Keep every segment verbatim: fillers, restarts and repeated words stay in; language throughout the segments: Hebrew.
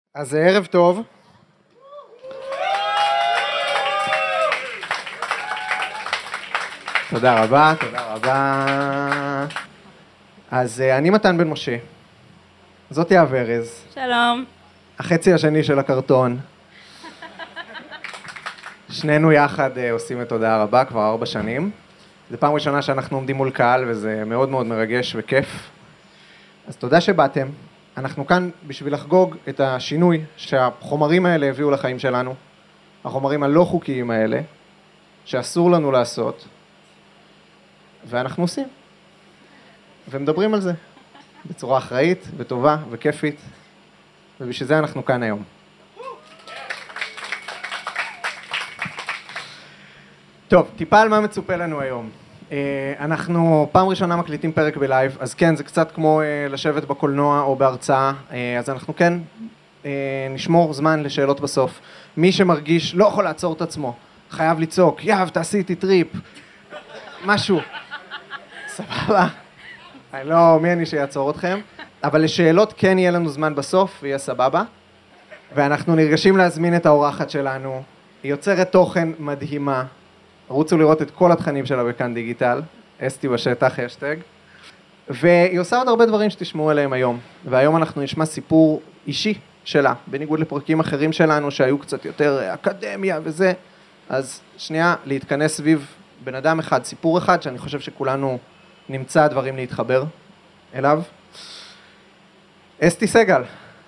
אז ערב טוב. תודה רבה, תודה רבה. אז אני מתן בן משה. זאתי הוורז. שלום. החצי השני של הקרטון. שנינו יחד עושים את תודה רבה כבר ארבע שנים. זו פעם ראשונה שאנחנו עומדים מול קהל וזה מאוד מאוד מרגש וכיף. אז תודה שבאתם. אנחנו כאן בשביל לחגוג את השינוי שהחומרים האלה הביאו לחיים שלנו. החומרים הלא חוקיים האלה, שאסור לנו לעשות. ואנחנו עושים. ומדברים על זה. בצורה אחראית וטובה וכיפית. ובשביל זה אנחנו כאן היום. טוב, טיפה על מה מצופה לנו היום. אנחנו פעם ראשונה מקליטים פרק בלייב, אז כן, זה קצת כמו לשבת בקולנוע או בהרצאה, אז אנחנו כן נשמור זמן לשאלות בסוף. מי שמרגיש לא יכול לעצור את עצמו, חייב לצעוק, יאב, תעשי איתי טריפ, משהו. סבבה? אני לא, מי אני שיעצור אתכם? אבל לשאלות כן יהיה לנו זמן בסוף, ויהיה סבבה. ואנחנו נרגשים להזמין את האורחת שלנו. היא יוצרת תוכן מדהימה. רוצו לראות את כל התכנים שלה בכאן דיגיטל. אסתי בשטח, השטג. והיא עושה עוד הרבה דברים שתשמעו עליהם היום. והיום אנחנו נשמע סיפור אישי שלה, בניגוד לפרקים אחרים שלנו שהיו קצת יותר אקדמיה וזה. אז שנייה, להתכנס סביב בן אדם אחד, סיפור אחד, שאני חושב שכולנו נמצא דברים להתחבר אליו. אסתי סגל.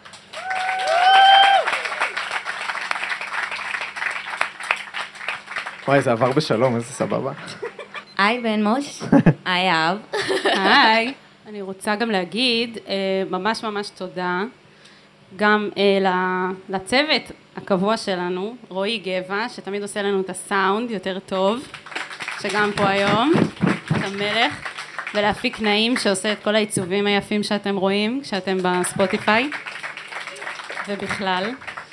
וואי, זה עבר בשלום, איזה סבבה. היי בן מוש, היי אב. היי. אני רוצה גם להגיד ממש ממש תודה גם לצוות הקבוע שלנו, רועי גבע, שתמיד עושה לנו את הסאונד יותר טוב, שגם פה היום, את המלך, ולהפיק נעים שעושה את כל העיצובים היפים שאתם רואים כשאתם בספוטיפיי, ובכלל.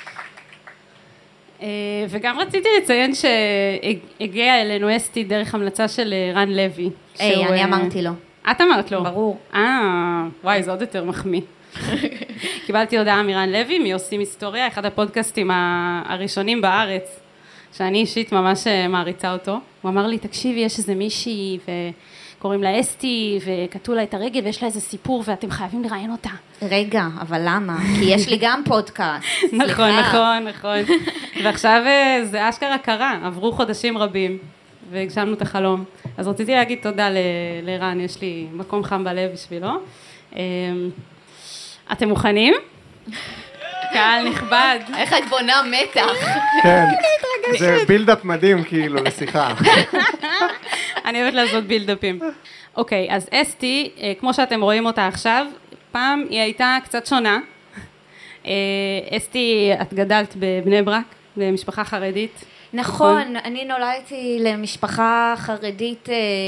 וגם רציתי לציין שהגיע אלינו אסתי דרך המלצה של רן לוי. היי, אני אמרתי לו. את אמרת לו? ברור. אה, וואי, זה עוד יותר מחמיא. קיבלתי הודעה מרן לוי, מעושים היסטוריה, אחד הפודקאסטים הראשונים בארץ, שאני אישית ממש מעריצה אותו. הוא אמר לי, תקשיבי, יש איזה מישהי וקוראים לה אסתי, וקטעו לה את הרגל, ויש לה איזה סיפור, ואתם חייבים לראיין אותה. רגע, אבל למה? כי יש לי גם פודקאסט. נכון, נכון, נכון. ועכשיו זה אשכרה קרה, עברו חודשים רבים, והגשמנו את החלום. אז רציתי להגיד תודה לרן, יש לי מקום חם בלב בשבילו. אתם מוכנים? קהל נכבד. איך את בונה מתח? כן, זה בילדאפ מדהים כאילו לשיחה. אני אוהבת לעשות בילדאפים. אוקיי, אז אסתי, כמו שאתם רואים אותה עכשיו, פעם היא הייתה קצת שונה. אסתי, את גדלת בבני ברק, במשפחה חרדית. נכון, אני נולדתי למשפחה חרדית,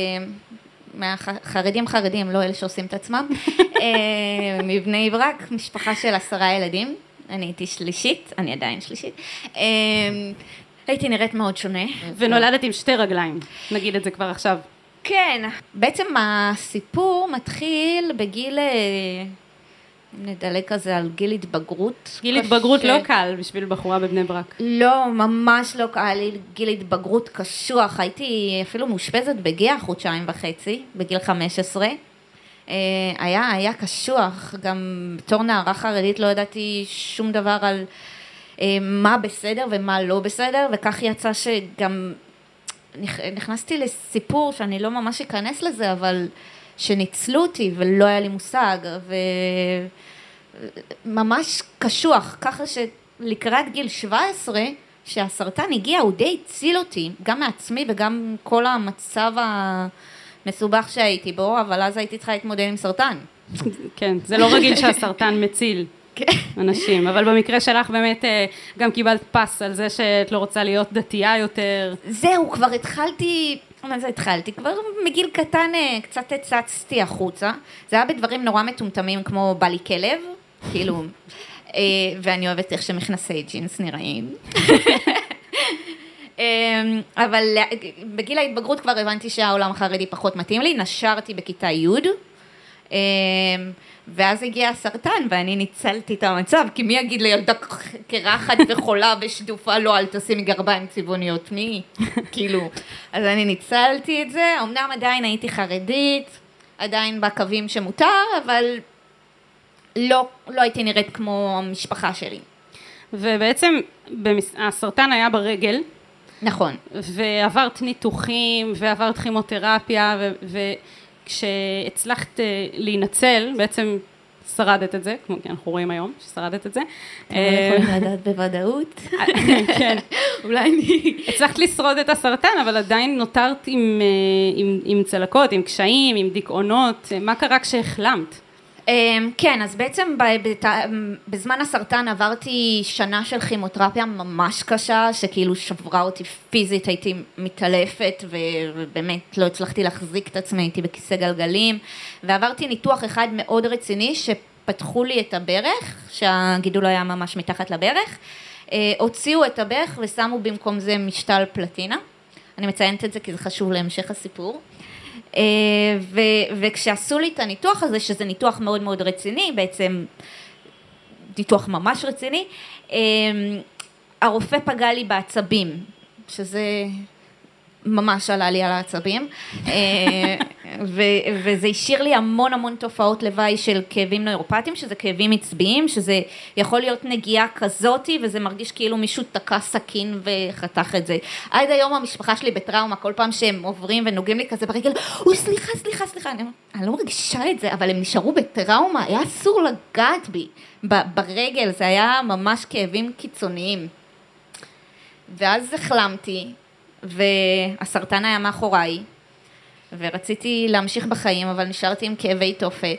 חרדים חרדים, לא אלה שעושים את עצמם, מבני ברק, משפחה של עשרה ילדים. אני הייתי שלישית, אני עדיין שלישית. הייתי נראית מאוד שונה. ונולדת עם שתי רגליים, נגיד את זה כבר עכשיו. כן, בעצם הסיפור מתחיל בגיל, נדלק כזה על גיל התבגרות. גיל התבגרות לא קל בשביל בחורה בבני ברק. לא, ממש לא קל, גיל התבגרות קשוח. הייתי אפילו מאושפזת בגאה חודשיים וחצי, בגיל חמש עשרה. היה, היה קשוח, גם בתור נערה חרדית לא ידעתי שום דבר על מה בסדר ומה לא בסדר, וכך יצא שגם נכנסתי לסיפור שאני לא ממש אכנס לזה, אבל שניצלו אותי ולא היה לי מושג, וממש קשוח, ככה שלקראת גיל שבע עשרה, שהסרטן הגיע, הוא די הציל אותי, גם מעצמי וגם כל המצב המסובך שהייתי בו, אבל אז הייתי צריכה להתמודד עם סרטן. כן, זה לא רגיל שהסרטן מציל אנשים, אבל במקרה שלך באמת גם קיבלת פס על זה שאת לא רוצה להיות דתייה יותר. זהו, כבר התחלתי, מה זה התחלתי? כבר מגיל קטן קצת הצצתי החוצה, זה היה בדברים נורא מטומטמים כמו בא לי כלב, כאילו, ואני אוהבת איך שמכנסי ג'ינס נראים. אבל בגיל ההתבגרות כבר הבנתי שהעולם החרדי פחות מתאים לי, נשרתי בכיתה י', ואז הגיע הסרטן, ואני ניצלתי את המצב, כי מי יגיד לילדה קרחת וחולה ושדופה, לא, אל תשימי גרביים צבעוניות, מי? כאילו, אז אני ניצלתי את זה, אמנם עדיין הייתי חרדית, עדיין בקווים שמותר, אבל לא, לא הייתי נראית כמו המשפחה שלי. ובעצם הסרטן היה ברגל. נכון. ועברת ניתוחים, ועברת כימותרפיה, וכשהצלחת להינצל, בעצם שרדת את זה, כמו כי אנחנו רואים היום ששרדת את זה. אתם לא יכולים לדעת בוודאות. כן. אולי אני... הצלחת לשרוד את הסרטן, אבל עדיין נותרת עם, עם, עם צלקות, עם קשיים, עם דיכאונות. מה קרה כשהחלמת? כן, אז בעצם בזמן הסרטן עברתי שנה של כימותרפיה ממש קשה, שכאילו שברה אותי פיזית, הייתי מתעלפת ובאמת לא הצלחתי להחזיק את עצמי, הייתי בכיסא גלגלים, ועברתי ניתוח אחד מאוד רציני שפתחו לי את הברך, שהגידול היה ממש מתחת לברך, הוציאו את הברך ושמו במקום זה משתל פלטינה, אני מציינת את זה כי זה חשוב להמשך הסיפור. ו, וכשעשו לי את הניתוח הזה, שזה ניתוח מאוד מאוד רציני, בעצם ניתוח ממש רציני, הרופא פגע לי בעצבים, שזה ממש עלה לי על העצבים, ו, וזה השאיר לי המון המון תופעות לוואי של כאבים נוירופטיים, שזה כאבים עצביים, שזה יכול להיות נגיעה כזאת, וזה מרגיש כאילו מישהו תקע סכין וחתך את זה. עד היום המשפחה שלי בטראומה, כל פעם שהם עוברים ונוגעים לי כזה ברגל, אוי סליחה, סליחה, סליחה, אני, אני לא מרגישה את זה, אבל הם נשארו בטראומה, היה אסור לגעת בי, ברגל, זה היה ממש כאבים קיצוניים. ואז החלמתי, והסרטן היה מאחוריי, ורציתי להמשיך בחיים, אבל נשארתי עם כאבי תופת,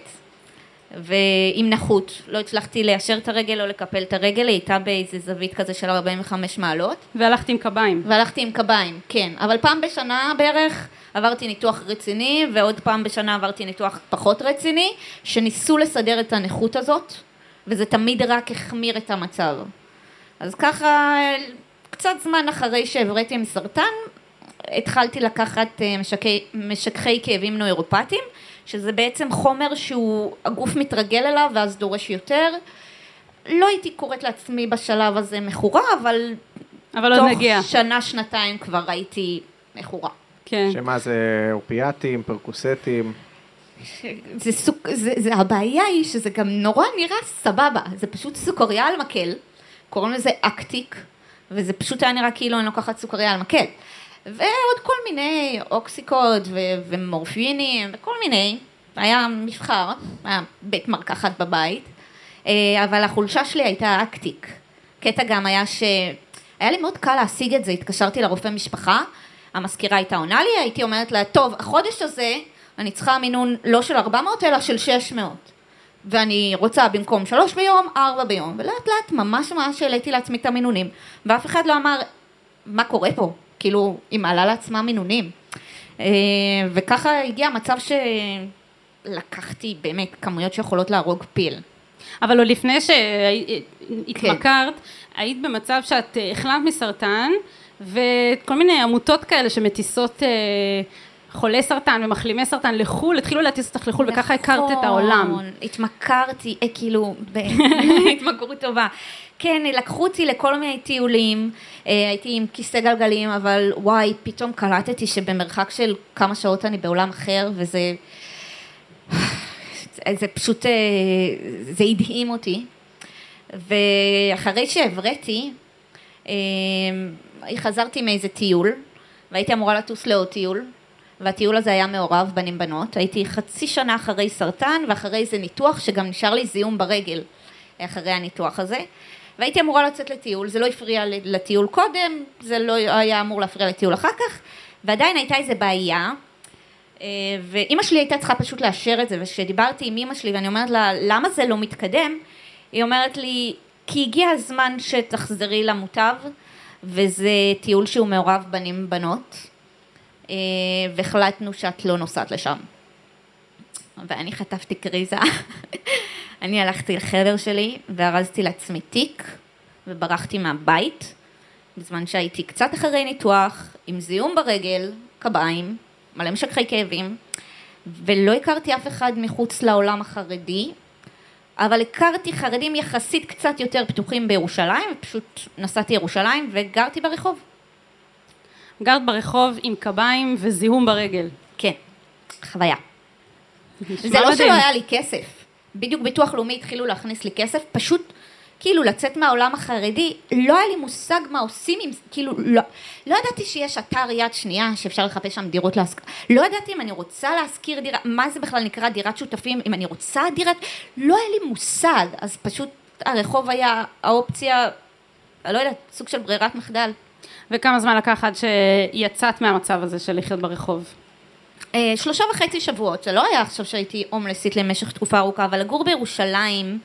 ועם נכות, לא הצלחתי ליישר את הרגל או לקפל את הרגל, היא הייתה באיזה זווית כזה של ארבעים וחמש מעלות. והלכתי עם קביים. והלכתי עם קביים, כן, אבל פעם בשנה בערך עברתי ניתוח רציני, ועוד פעם בשנה עברתי ניתוח פחות רציני, שניסו לסדר את הנכות הזאת, וזה תמיד רק החמיר את המצב. אז ככה... קצת זמן אחרי שהבראתי עם סרטן, התחלתי לקחת משקי, משככי כאבים נוירופטיים, שזה בעצם חומר שהוא, הגוף מתרגל אליו ואז דורש יותר. לא הייתי קוראת לעצמי בשלב הזה מכורה, אבל, אבל תוך נגיע. שנה, שנתיים כבר הייתי מכורה. כן. שמה זה אופיאטים, פרקוסטים? זה סוג, זה, זה, הבעיה היא שזה גם נורא נראה סבבה, זה פשוט סוכריה על מקל, קוראים לזה אקטיק, וזה פשוט היה נראה כאילו אני לוקחת סוכריה על מקל. ועוד כל מיני אוקסיקוד ו- ומורפינים וכל מיני, היה מבחר, היה בית מרקחת בבית, אבל החולשה שלי הייתה אקטיק. קטע גם היה שהיה לי מאוד קל להשיג את זה, התקשרתי לרופא משפחה, המזכירה הייתה עונה לי, הייתי אומרת לה, טוב, החודש הזה אני צריכה מינון לא של ארבע מאות אלא של שש מאות. ואני רוצה במקום שלוש ביום, ארבע ביום, ולאט לאט ממש ממש העליתי לעצמי את המינונים, ואף אחד לא אמר, מה קורה פה? כאילו, היא מעלה לעצמה מינונים. וככה הגיע המצב שלקחתי באמת כמויות שיכולות להרוג פיל. אבל עוד לפני שהתמכרת, היית במצב שאת החלמת מסרטן, וכל מיני עמותות כאלה שמטיסות... חולי סרטן ומחלימי סרטן לחול, התחילו להטיס אותך לחול, וככה הכרת את העולם. התמכרתי, כאילו, התמכרות טובה. כן, לקחו אותי לכל מיני טיולים, הייתי עם כיסא גלגלים, אבל וואי, פתאום קלטתי שבמרחק של כמה שעות אני בעולם אחר, וזה זה פשוט, זה הדהים אותי. ואחרי שהבראתי, חזרתי מאיזה טיול, והייתי אמורה לטוס לעוד טיול, והטיול הזה היה מעורב בנים בנות, הייתי חצי שנה אחרי סרטן, ואחרי זה ניתוח שגם נשאר לי זיהום ברגל אחרי הניתוח הזה, והייתי אמורה לצאת לטיול, זה לא הפריע לטיול קודם, זה לא היה אמור להפריע לטיול אחר כך, ועדיין הייתה איזו בעיה, ואמא שלי הייתה צריכה פשוט לאשר את זה, וכשדיברתי עם אמא שלי ואני אומרת לה, למה זה לא מתקדם? היא אומרת לי, כי הגיע הזמן שתחזרי למוטב, וזה טיול שהוא מעורב בנים בנות, והחלטנו שאת לא נוסעת לשם. ואני חטפתי קריזה, אני הלכתי לחדר שלי והרזתי לעצמי תיק וברחתי מהבית, בזמן שהייתי קצת אחרי ניתוח, עם זיהום ברגל, קביים, מלא משככי כאבים, ולא הכרתי אף אחד מחוץ לעולם החרדי, אבל הכרתי חרדים יחסית קצת יותר פתוחים בירושלים, ופשוט נסעתי ירושלים וגרתי ברחוב. גרת ברחוב עם קביים וזיהום ברגל. כן, חוויה. זה לא שלא היה לי כסף. בדיוק ביטוח לאומי התחילו להכניס לי כסף, פשוט כאילו לצאת מהעולם החרדי, לא היה לי מושג מה עושים עם, כאילו לא, לא ידעתי שיש אתר יד שנייה שאפשר לחפש שם דירות להשכיר, לא ידעתי אם אני רוצה להשכיר דירה, מה זה בכלל נקרא דירת שותפים, אם אני רוצה דירת, לא היה לי מושג, אז פשוט הרחוב היה האופציה, לא יודעת, סוג של ברירת מחדל. וכמה זמן לקח עד שיצאת מהמצב הזה של לחיות ברחוב? שלושה וחצי שבועות, זה לא היה עכשיו שהייתי הומלסית למשך תקופה ארוכה, אבל לגור בירושלים,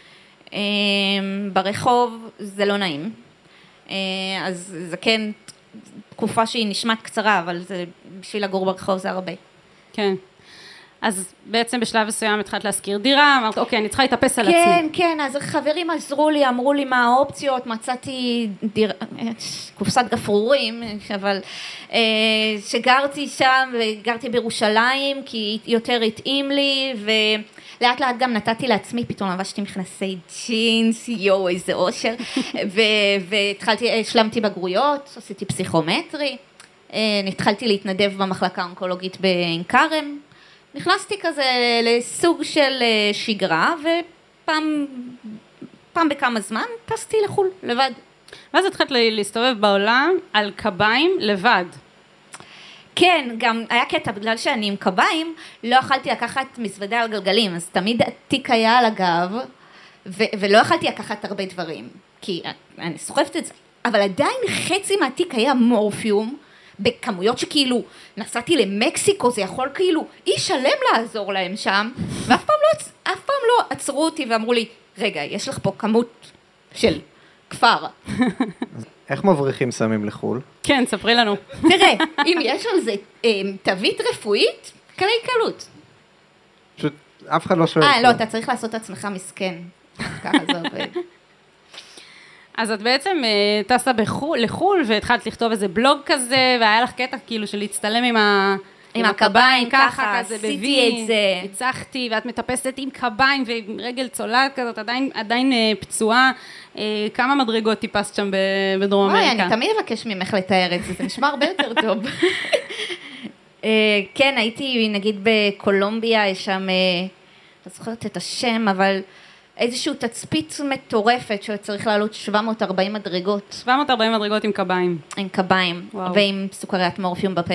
ברחוב זה לא נעים, אז זה כן תקופה שהיא נשמעת קצרה, אבל זה, בשביל לגור ברחוב זה הרבה. כן, אז בעצם בשלב מסוים התחלת להשכיר דירה, אמרת אוקיי, אני צריכה להתאפס על עצמי. כן, כן, אז חברים עזרו לי, אמרו לי מה האופציות, מצאתי דיר... קופסת גפרורים, אבל שגרתי שם וגרתי בירושלים, כי יותר התאים לי, ולאט לאט גם נתתי לעצמי, פתאום לבשתי מכנסי ג'ינס, יואו, איזה אושר, והתחלתי, השלמתי בגרויות, עשיתי פסיכומטרי, התחלתי להתנדב במחלקה האונקולוגית בעין כרם, נכנסתי כזה לסוג של שגרה, ופעם פעם בכמה זמן טסתי לחול לבד. ואז התחלת להסתובב בעולם על קביים לבד. כן, גם היה קטע, בגלל שאני עם קביים, לא יכלתי לקחת מזוודה על גלגלים, אז תמיד התיק היה על הגב, ו- ולא יכלתי לקחת הרבה דברים, כי אני סוחפת את זה, אבל עדיין חצי מהתיק היה מורפיום, בכמויות שכאילו נסעתי למקסיקו, זה יכול כאילו איש שלם לעזור להם שם, ואף פעם לא, אף פעם לא עצרו אותי ואמרו לי, רגע, יש לך פה כמות של כפר. איך מבריחים סמים לחול? כן, ספרי לנו. תראה, אם יש על זה תווית רפואית, קלי קלות. פשוט אף אחד לא שואל. אה, לא, אתה צריך לעשות את עצמך מסכן. ככה זה עובד. אז את בעצם טסה לחול והתחלת לכתוב איזה בלוג כזה, והיה לך קטע כאילו של להצטלם עם ה... עם הקביים ככה, עשיתי את זה. הצחתי, ואת מטפסת עם קביים ועם רגל צולעת כזאת, עדיין, עדיין פצועה. כמה מדרגות טיפסת שם בדרום אמריקה? אוי, אני תמיד אבקש ממך לתאר את זה, זה נשמע הרבה יותר טוב. כן, הייתי נגיד בקולומביה, יש שם, לא זוכרת את השם, אבל איזשהו תצפית מטורפת שצריך לעלות שבע מאות וארבעים מדרגות. שבע מאות וארבעים מדרגות עם קביים. עם קביים, ועם סוכריית מורפיום בפה.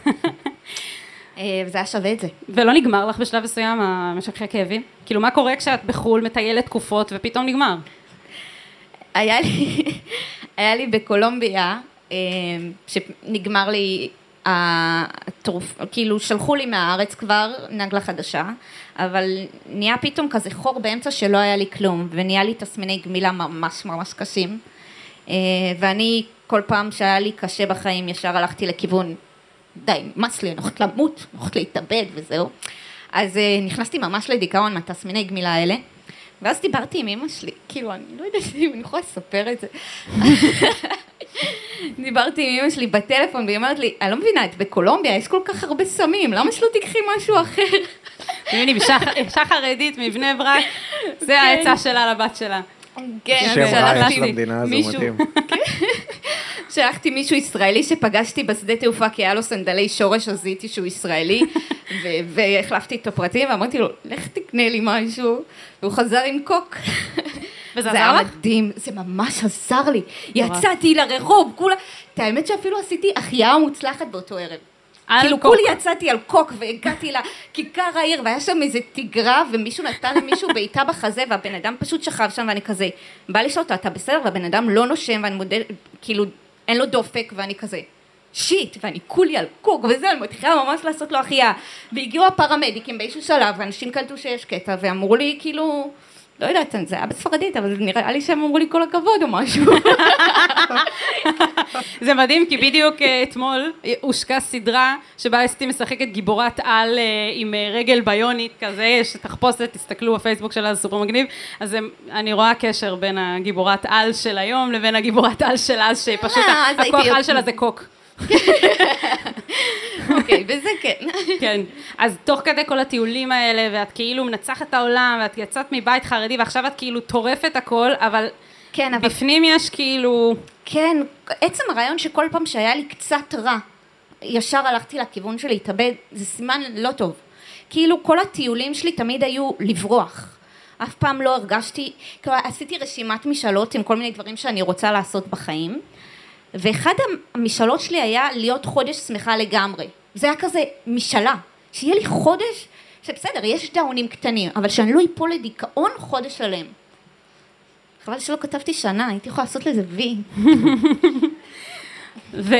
וזה היה שווה את זה. ולא נגמר לך בשלב מסוים המשככי כאבים? כאילו מה קורה כשאת בחול מטיילת תקופות ופתאום נגמר? היה לי, היה לי בקולומביה, שנגמר לי התרוף, כאילו שלחו לי מהארץ כבר נגלה חדשה, אבל נהיה פתאום כזה חור באמצע שלא היה לי כלום, ונהיה לי תסמיני גמילה ממש ממש קשים, ואני כל פעם שהיה לי קשה בחיים ישר הלכתי לכיוון, די, מס לי, אני הולכת למות, אני הולכת להתאבד וזהו. אז נכנסתי ממש לדיכאון מהתסמיני גמילה האלה, ואז דיברתי עם אמא שלי, כאילו אני לא יודעת אם אני יכולה לספר את זה. דיברתי עם אמא שלי בטלפון, והיא אומרת לי, אני לא מבינה, את בקולומביה יש כל כך הרבה סמים, למה שלא תיקחי משהו אחר? הנה, אישה חרדית מבני ברק, זה העצה שלה לבת שלה. כן, שם רע יש למדינה הזו, מדהים. שלחתי מישהו ישראלי שפגשתי בשדה תעופה, כי היה לו סנדלי שורש, אז זיהיתי שהוא ישראלי, והחלפתי איתו פרטים, ואמרתי לו, לך תקנה לי משהו, והוא חזר עם קוק. וזה עזר לך? זה היה מדהים, זה ממש עזר לי. יצאתי לרחוב, כולה, את האמת שאפילו עשיתי החייאה מוצלחת באותו ערב. כאילו כולי יצאתי על קוק והגעתי לכיכר העיר והיה שם איזה תיגרה ומישהו נתן למישהו בעיטה בחזה והבן אדם פשוט שכב שם ואני כזה, בא לשאול אותו, אתה בסדר? והבן אדם לא נושם ואני מודד, כאילו אין לו דופק ואני כזה, שיט, ואני כולי על קוק וזה, אני מתחילה ממש לעשות לו החייאה. והגיעו הפרמדיקים באיזשהו שלב ואנשים קלטו שיש קטע ואמרו לי כאילו, לא יודעת, זה היה בספרדית, אבל נראה לי שהם אמרו לי כל הכבוד או משהו. זה מדהים, כי בדיוק אתמול הושקה סדרה שבה אסתי משחקת גיבורת על עם רגל ביונית כזה, שתחפושת, תסתכלו בפייסבוק שלה, זה סופר מגניב, אז אני רואה קשר בין הגיבורת על של היום לבין הגיבורת על של אז, שפשוט הכוח על שלה זה קוק. אוקיי, אוקיי, וזה כן. כן, אז תוך כדי כל הטיולים האלה, ואת כאילו מנצחת את העולם, ואת יצאת מבית חרדי, ועכשיו את כאילו טורפת הכל, אבל כן, אבל... בפנים יש כאילו... כן, עצם הרעיון שכל פעם שהיה לי קצת רע, ישר הלכתי לכיוון של להתאבד, זה סימן לא טוב. כאילו כל הטיולים שלי תמיד היו לברוח. אף פעם לא הרגשתי, כאילו עשיתי רשימת משאלות עם כל מיני דברים שאני רוצה לעשות בחיים, ואחד המשאלות שלי היה להיות חודש שמחה לגמרי. זה היה כזה משאלה, שיהיה לי חודש, שבסדר, יש דאונים קטנים, אבל שאני לא איפול לדיכאון חודש שלם. חבל שלא כתבתי שנה, הייתי יכולה לעשות לזה וי. ו...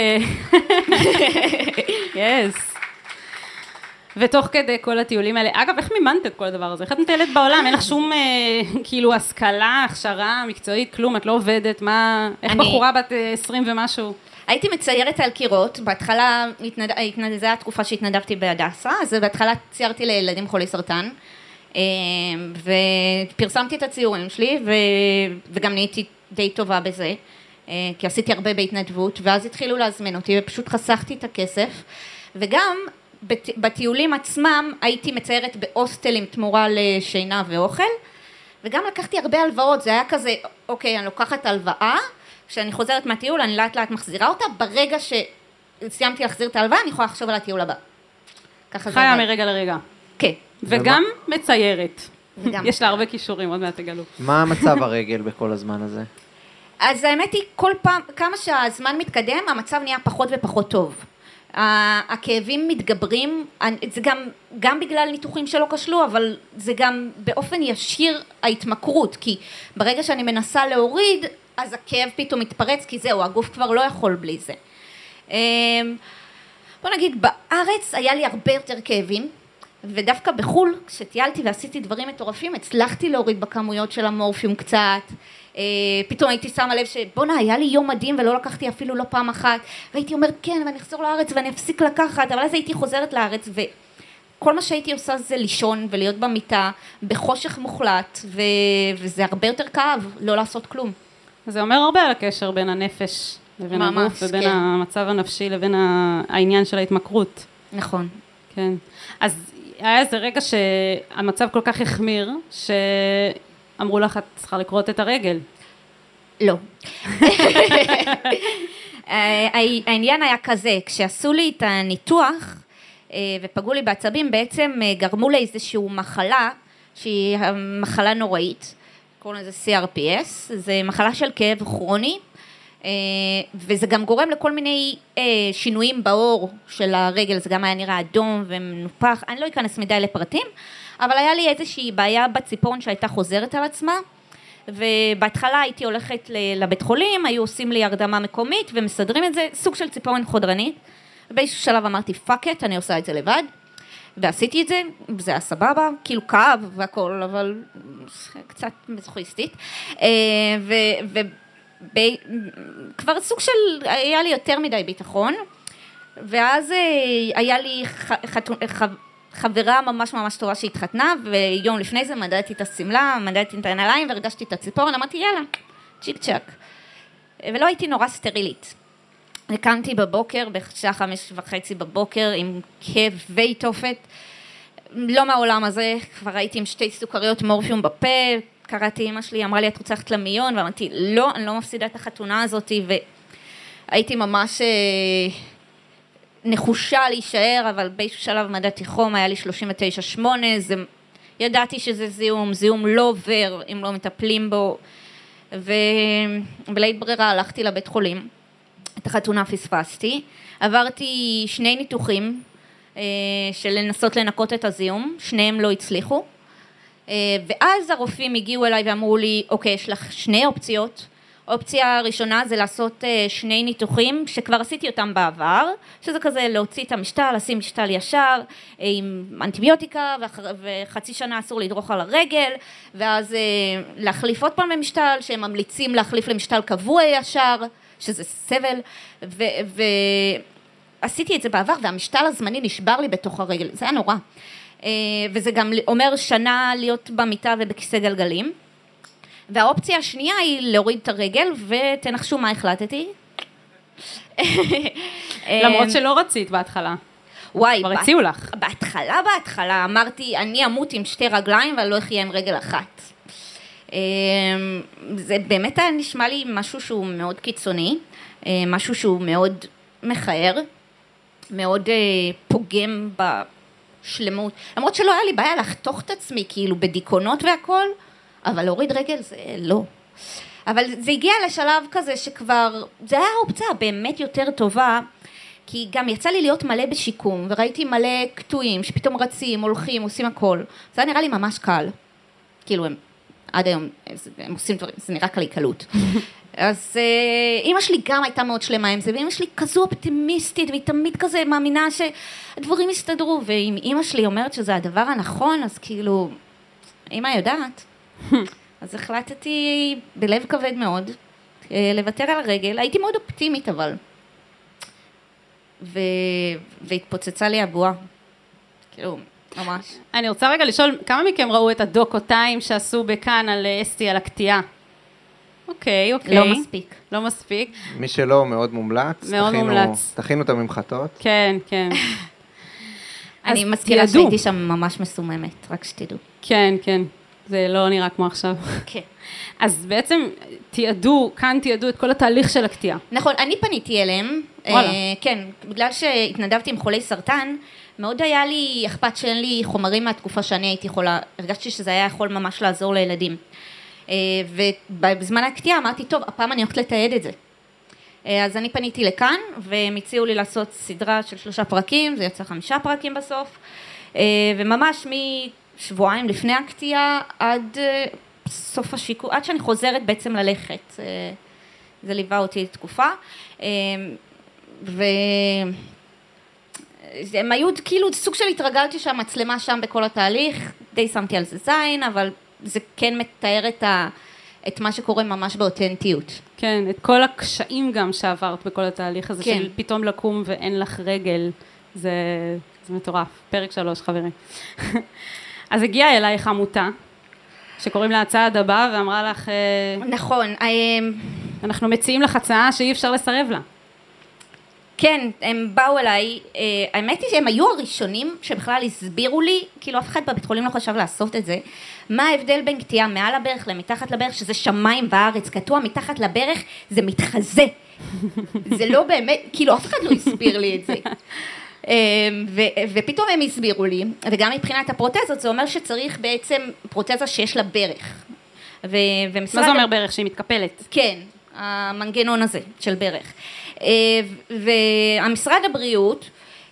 יס. ותוך כדי כל הטיולים האלה, אגב, איך מימנת את כל הדבר הזה? איך את מטיילת בעולם? אין לך שום, כאילו, השכלה, הכשרה, מקצועית, כלום, את לא עובדת, מה... איך בחורה בת עשרים ומשהו? הייתי מציירת על קירות, בהתחלה, זו הייתה תקופה שהתנדבתי בהדסה, אז בהתחלה ציירתי לילדים חולי סרטן, ופרסמתי את הציורים שלי, וגם נהייתי די טובה בזה, כי עשיתי הרבה בהתנדבות, ואז התחילו להזמין אותי, ופשוט חסכתי את הכסף, וגם בטיולים עצמם הייתי מציירת בהוסטלים תמורה לשינה ואוכל, וגם לקחתי הרבה הלוואות, זה היה כזה, אוקיי, אני לוקחת הלוואה, כשאני חוזרת מהטיול, אני לאט לאט מחזירה אותה, ברגע שסיימתי להחזיר את ההלוואה, אני יכולה לחשוב על הטיול הבא. חיה מרגע לרגע. כן. וגם מציירת. יש לה הרבה כישורים, עוד מעט תגלו. מה המצב הרגל בכל הזמן הזה? אז האמת היא, כל פעם, כמה שהזמן מתקדם, המצב נהיה פחות ופחות טוב. הכאבים מתגברים, זה גם, גם בגלל ניתוחים שלא כשלו, אבל זה גם באופן ישיר ההתמכרות, כי ברגע שאני מנסה להוריד, אז הכאב פתאום מתפרץ, כי זהו, הגוף כבר לא יכול בלי זה. בוא נגיד, בארץ היה לי הרבה יותר כאבים, ודווקא בחול, כשטיילתי ועשיתי דברים מטורפים, הצלחתי להוריד בכמויות של המורפיום קצת, פתאום הייתי שמה לב שבונה, היה לי יום מדהים ולא לקחתי אפילו לא פעם אחת, והייתי אומרת כן, ואני אחזור לארץ ואני אפסיק לקחת, אבל אז הייתי חוזרת לארץ, וכל מה שהייתי עושה זה לישון ולהיות במיטה, בחושך מוחלט, ו... וזה הרבה יותר כאב, לא לעשות כלום. זה אומר הרבה על הקשר בין הנפש לבין ממש, הגוף, ובין כן. המצב הנפשי לבין העניין של ההתמכרות. נכון. כן. אז היה איזה רגע שהמצב כל כך החמיר, שאמרו לך, את צריכה לקרות את הרגל. לא. העניין היה כזה, כשעשו לי את הניתוח, ופגעו לי בעצבים, בעצם גרמו לי איזושהי מחלה, שהיא מחלה נוראית, קוראים לזה סי אר פי אס, זה מחלה של כאב כרוני, וזה גם גורם לכל מיני שינויים בעור של הרגל, זה גם היה נראה אדום ומנופח, אני לא אכנס מדי לפרטים, אבל היה לי איזושהי בעיה בציפורן שהייתה חוזרת על עצמה, ובהתחלה הייתי הולכת לבית חולים, היו עושים לי הרדמה מקומית ומסדרים את זה, סוג של ציפורן חודרנית, ובאיזשהו שלב אמרתי פאק את, אני עושה את זה לבד, ועשיתי את זה, זה היה סבבה, כאילו כאב והכל, אבל קצת מזוכיסטית, וכבר סוג של, היה לי יותר מדי ביטחון, ואז היה לי חברה ממש ממש טובה שהתחתנה, ויום לפני זה מדדתי את הסמלה, מדדתי את הנעליים, והרגשתי את הציפורן, אמרתי יאללה, צ'יק צ'ק, ולא הייתי נורא סטרילית. הקמתי בבוקר, בשעה חמש וחצי בבוקר, עם כאבי תופת, לא מהעולם הזה, כבר הייתי עם שתי סוכריות מורפיום בפה, קראתי אמא שלי, אמרה לי, את רוצה ללכת למיון, ואמרתי, לא, אני לא מפסידה את החתונה הזאת, והייתי ממש נחושה להישאר, אבל באיזשהו שלב מדדתי חום, היה לי שלושים ותשע שמונה, זה, ידעתי שזה זיהום, זיהום לא עובר, אם לא מטפלים בו, ובלית ברירה הלכתי לבית חולים, את החתונה פספסתי, עברתי שני ניתוחים אה, של לנסות לנקות את הזיהום, שניהם לא הצליחו, אה, ואז הרופאים הגיעו אליי ואמרו לי, אוקיי, יש לך שני אופציות, אופציה הראשונה זה לעשות אה, שני ניתוחים שכבר עשיתי אותם בעבר, שזה כזה להוציא את המשתל, לשים משתל ישר, אה, עם אנטיביוטיקה, וח, וחצי שנה אסור לדרוך על הרגל, ואז אה, להחליף עוד פעם במשתל, שהם ממליצים להחליף למשתל קבוע ישר, שזה סבל, ועשיתי את זה בעבר, והמשתל הזמני נשבר לי בתוך הרגל, זה היה נורא. וזה גם אומר שנה להיות במיטה ובכיסא גלגלים. והאופציה השנייה היא להוריד את הרגל, ותנחשו מה החלטתי. למרות שלא רצית בהתחלה. וואי, כבר הציעו לך. בהתחלה, בהתחלה, אמרתי, אני אמות עם שתי רגליים, ואני לא אחיה עם רגל אחת. זה באמת היה נשמע לי משהו שהוא מאוד קיצוני, משהו שהוא מאוד מכער, מאוד פוגם בשלמות. למרות שלא היה לי בעיה לחתוך את עצמי, כאילו בדיכאונות והכל, אבל להוריד רגל זה לא. אבל זה הגיע לשלב כזה שכבר, זה היה האופציה באמת יותר טובה, כי גם יצא לי להיות מלא בשיקום, וראיתי מלא קטועים שפתאום רצים, הולכים, עושים הכל. זה היה נראה לי ממש קל. כאילו הם, עד היום, הם עושים דברים, זה נראה קלי קלות. אז אמא שלי גם הייתה מאוד שלמה עם זה, ואמא שלי כזו אופטימיסטית, והיא תמיד כזה מאמינה שהדברים יסתדרו, ואם אמא שלי אומרת שזה הדבר הנכון, אז כאילו, אמא יודעת. אז החלטתי בלב כבד מאוד, לוותר על הרגל, הייתי מאוד אופטימית אבל, ו... והתפוצצה לי הבועה, כאילו, ממש. אני רוצה רגע לשאול, כמה מכם ראו את הדוקותיים שעשו בכאן על אסתי, על הקטיעה? אוקיי, אוקיי. לא מספיק. לא מספיק. מי שלא, מאוד מומלץ. מאוד תכינו, מומלץ. תכינו את הממחטות. כן, כן. אני מזכירה שהייתי שם ממש מסוממת, רק שתדעו. כן, כן. זה לא נראה כמו עכשיו. כן. אז בעצם תיעדו, כאן תיעדו את כל התהליך של הקטיעה. נכון, אני פניתי אליהם. וואלה. אה, כן, בגלל שהתנדבתי עם חולי סרטן, מאוד היה לי אכפת שאין לי חומרים מהתקופה שאני הייתי חולה. הרגשתי שזה היה יכול ממש לעזור לילדים. אה, ובזמן הקטיעה אמרתי, טוב, הפעם אני הולכת לתעד את זה. אה, אז אני פניתי לכאן, והם הציעו לי לעשות סדרה של שלושה פרקים, זה יצא חמישה פרקים בסוף. אה, וממש מ... שבועיים לפני הקטיעה עד סוף השיקום, עד שאני חוזרת בעצם ללכת. זה ליווה אותי תקופה. והם היו כאילו סוג של התרגלתי שהמצלמה שם בכל התהליך, די שמתי על זה זין, אבל זה כן מתאר את, ה... את מה שקורה ממש באותנטיות. כן, את כל הקשיים גם שעברת בכל התהליך הזה, כן. של פתאום לקום ואין לך רגל, זה, זה מטורף. פרק שלוש, חברים. אז הגיעה אלייך עמותה, שקוראים לה הצעד הבא, ואמרה לך, נכון. אנחנו מציעים לך הצעה שאי אפשר לסרב לה. כן, הם באו אליי, האמת היא שהם היו הראשונים שבכלל הסבירו לי, כאילו אף אחד בבית חולים לא חשב לעשות את זה, מה ההבדל בין קטיעה מעל הברך למתחת לברך, שזה שמיים בארץ, קטוע מתחת לברך, זה מתחזה. זה לא באמת, כאילו אף אחד לא הסביר לי את זה. ו- ופתאום הם הסבירו לי, וגם מבחינת הפרוטזות, זה אומר שצריך בעצם פרוטזה שיש לה ברך. ו- מה זה אומר ברך? שהיא מתקפלת? כן, המנגנון הזה של ברך. והמשרד הבריאות,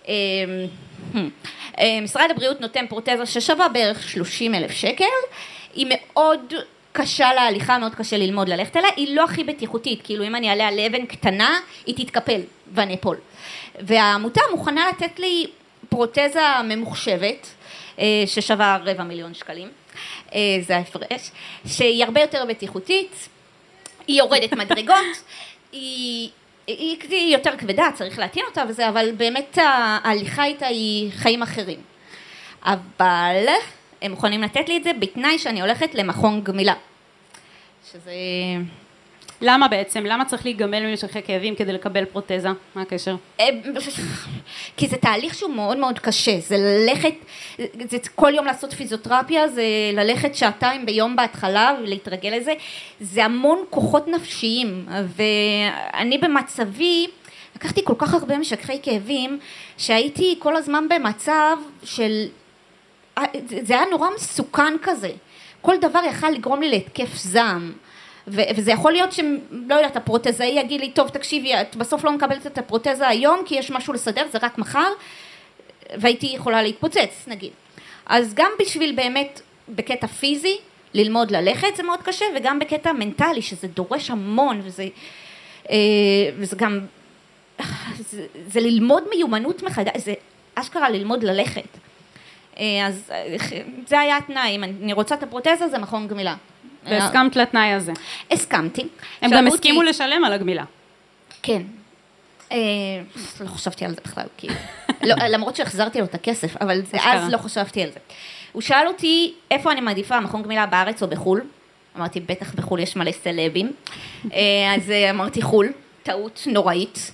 משרד הבריאות נותן פרוטזה ששווה בערך שלושים אלף שקל, היא מאוד קשה להליכה, מאוד קשה ללמוד ללכת עליה, היא לא הכי בטיחותית, כאילו אם אני אעלה על אבן קטנה, היא תתקפל ואני אפול. והעמותה מוכנה לתת לי פרוטזה ממוחשבת, ששווה רבע מיליון שקלים, זה ההפרש, שהיא הרבה יותר בטיחותית, היא יורדת מדרגות, היא, היא, היא יותר כבדה, צריך להתאים אותה וזה, אבל באמת ההליכה איתה היא חיים אחרים. אבל הם מוכנים לתת לי את זה בתנאי שאני הולכת למכון גמילה. שזה... למה בעצם? למה צריך להיגמל ממשכי כאבים כדי לקבל פרוטזה? מה הקשר? כי זה תהליך שהוא מאוד מאוד קשה, זה ללכת, זה כל יום לעשות פיזיותרפיה, זה ללכת שעתיים ביום בהתחלה ולהתרגל לזה, זה המון כוחות נפשיים, ואני במצבי, לקחתי כל כך הרבה משככי כאבים, שהייתי כל הזמן במצב של, זה היה נורא מסוכן כזה, כל דבר יכל לגרום לי להתקף זעם, וזה יכול להיות שלא יודעת, הפרוטזה יגיד לי, טוב תקשיבי, את בסוף לא מקבלת את הפרוטזה היום, כי יש משהו לסדר, זה רק מחר, והייתי יכולה להתפוצץ, נגיד. אז גם בשביל באמת, בקטע פיזי, ללמוד ללכת, זה מאוד קשה, וגם בקטע מנטלי, שזה דורש המון, וזה, וזה גם, זה, זה ללמוד מיומנות מחדש, זה אשכרה ללמוד ללכת. אז זה היה התנאי, אם אני רוצה את הפרוטזה, זה מכון גמילה. והסכמת לתנאי הזה. הסכמתי. הם גם הסכימו לשלם על הגמילה. כן. לא חשבתי על זה בכלל, למרות שהחזרתי לו את הכסף, אבל אז לא חשבתי על זה. הוא שאל אותי איפה אני מעדיפה, מכון גמילה בארץ או בחול. אמרתי, בטח בחול יש מלא סלבים. אז אמרתי חול, טעות נוראית.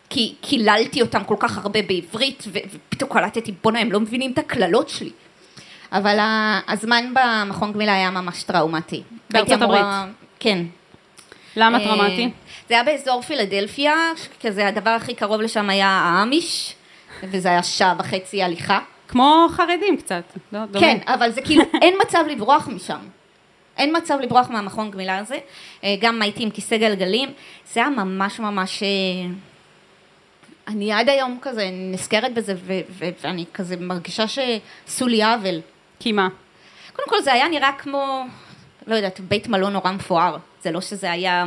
כי קיללתי אותם כל כך הרבה בעברית, ופתאום קלטתי, בונה, הם לא מבינים את הכללות שלי. אבל הזמן במכון גמילה היה ממש טראומטי. בארצות הברית? כן. למה טראומטי? זה היה באזור פילדלפיה, כזה הדבר הכי קרוב לשם היה האמיש, וזה היה שעה וחצי הליכה. כמו חרדים קצת. כן, אבל זה כאילו, אין מצב לברוח משם. אין מצב לברוח מהמכון גמילה הזה. גם הייתי עם כיסא גלגלים. זה היה ממש ממש... אני עד היום כזה נזכרת בזה, ואני כזה מרגישה שעשו לי עוול. כי מה? קודם כל זה היה נראה כמו, לא יודעת, בית מלון נורא מפואר. זה לא שזה היה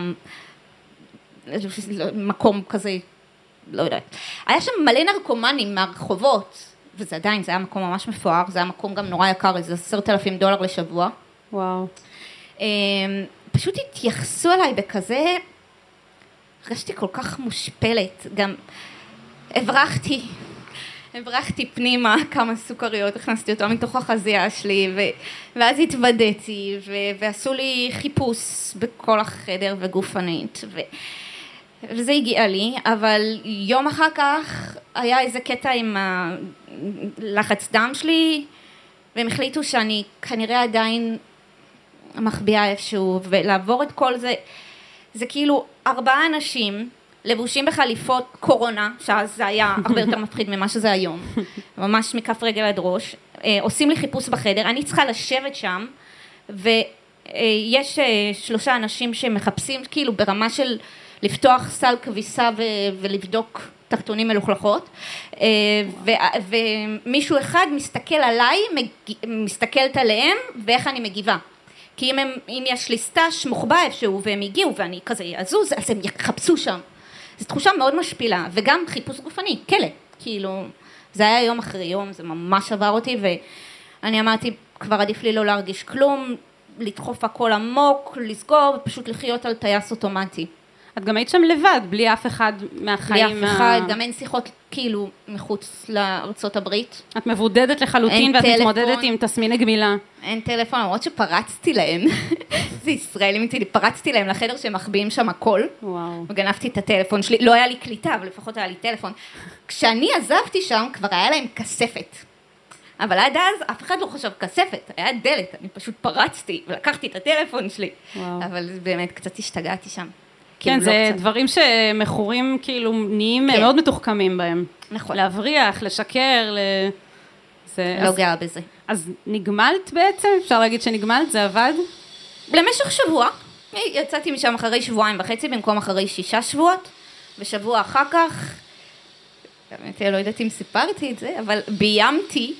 מקום כזה, לא יודעת. היה שם מלא נרקומנים מהרחובות, וזה עדיין, זה היה מקום ממש מפואר, זה היה מקום גם נורא יקר, איזה עשרת אלפים דולר לשבוע. וואו. פשוט התייחסו אליי בכזה, הרגשתי כל כך מושפלת, גם הברחתי, הברחתי פנימה כמה סוכריות, הכנסתי אותה מתוך החזייה שלי, ו... ואז התוודעתי, ו... ועשו לי חיפוש בכל החדר וגופנית, ו... וזה הגיע לי, אבל יום אחר כך היה איזה קטע עם הלחץ דם שלי, והם החליטו שאני כנראה עדיין מחביאה איפשהו, ולעבור את כל זה, זה כאילו ארבעה אנשים, לבושים בחליפות קורונה, שאז זה היה הרבה יותר מפחיד ממה שזה היום, ממש מכף רגל עד ראש, עושים לי חיפוש בחדר, אני צריכה לשבת שם, ויש שלושה אנשים שמחפשים כאילו ברמה של לפתוח סל כביסה ו- ולבדוק תחתונים מלוכלכות, ומישהו אחד מסתכל עליי, מסתכלת עליהם, ואיך אני מגיבה. כי אם, הם, אם יש לי סטאש מוחבא איפשהו והם הגיעו ואני כזה אזוז, אז הם יחפשו שם. זו תחושה מאוד משפילה, וגם חיפוש גופני, כלא, כאילו, זה היה יום אחרי יום, זה ממש עבר אותי, ואני אמרתי, כבר עדיף לי לא להרגיש כלום, לדחוף הכל עמוק, לסגור, ופשוט לחיות על טייס אוטומטי. את גם היית שם לבד, בלי אף אחד מהחיים. בלי אף אחד, גם אין שיחות כאילו מחוץ לארצות הברית. את מבודדת לחלוטין, ואת מתמודדת עם תסמיני גמילה. אין טלפון, למרות שפרצתי להם, זה ישראלים איתי, פרצתי להם לחדר שהם מחביאים שם הכל. וואו. וגנבתי את הטלפון שלי, לא היה לי קליטה, אבל לפחות היה לי טלפון. כשאני עזבתי שם, כבר היה להם כספת. אבל עד אז אף אחד לא חשב כספת, היה דלת, אני פשוט פרצתי ולקחתי את הטלפון שלי. וואו. אבל באמת קצת השתגעתי שם. כן, זה דברים שמכורים כאילו נהיים מאוד מתוחכמים בהם. נכון. להבריח, לשקר, לא גאה בזה. אז נגמלת בעצם? אפשר להגיד שנגמלת? זה עבד? למשך שבוע. יצאתי משם אחרי שבועיים וחצי, במקום אחרי שישה שבועות, ושבוע אחר כך, באמת לא יודעת אם סיפרתי את זה, אבל ביימתי,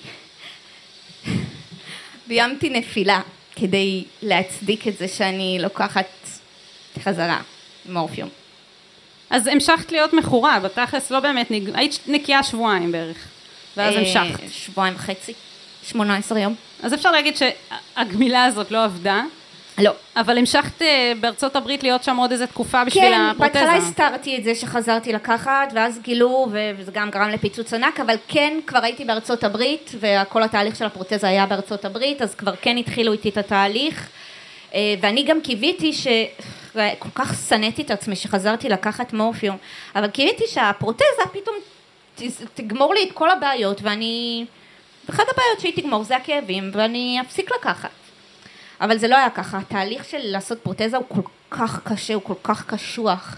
ביימתי נפילה, כדי להצדיק את זה שאני לוקחת חזרה. מורפיום. אז המשכת להיות מכורה, בתכלס לא באמת, נג... היית נקייה שבועיים בערך, ואז המשכת. שבועיים וחצי, שמונה עשרה יום. אז אפשר להגיד שהגמילה הזאת לא עבדה. לא. אבל המשכת בארצות הברית להיות שם עוד איזו תקופה בשביל כן, הפרוטזה. כן, בהתחלה הסתרתי את זה שחזרתי לקחת, ואז גילו, וזה גם גרם לפיצוץ ענק, אבל כן, כבר הייתי בארצות הברית, וכל התהליך של הפרוטזה היה בארצות הברית, אז כבר כן התחילו איתי את התהליך, ואני גם קיוויתי ש... כל כך שנאתי את עצמי שחזרתי לקחת מורפיום, אבל קיוויתי שהפרוטזה פתאום תגמור לי את כל הבעיות, ואני, אחת הבעיות שהיא תגמור זה הכאבים, ואני אפסיק לקחת. אבל זה לא היה ככה, התהליך של לעשות פרוטזה הוא כל כך קשה, הוא כל כך קשוח,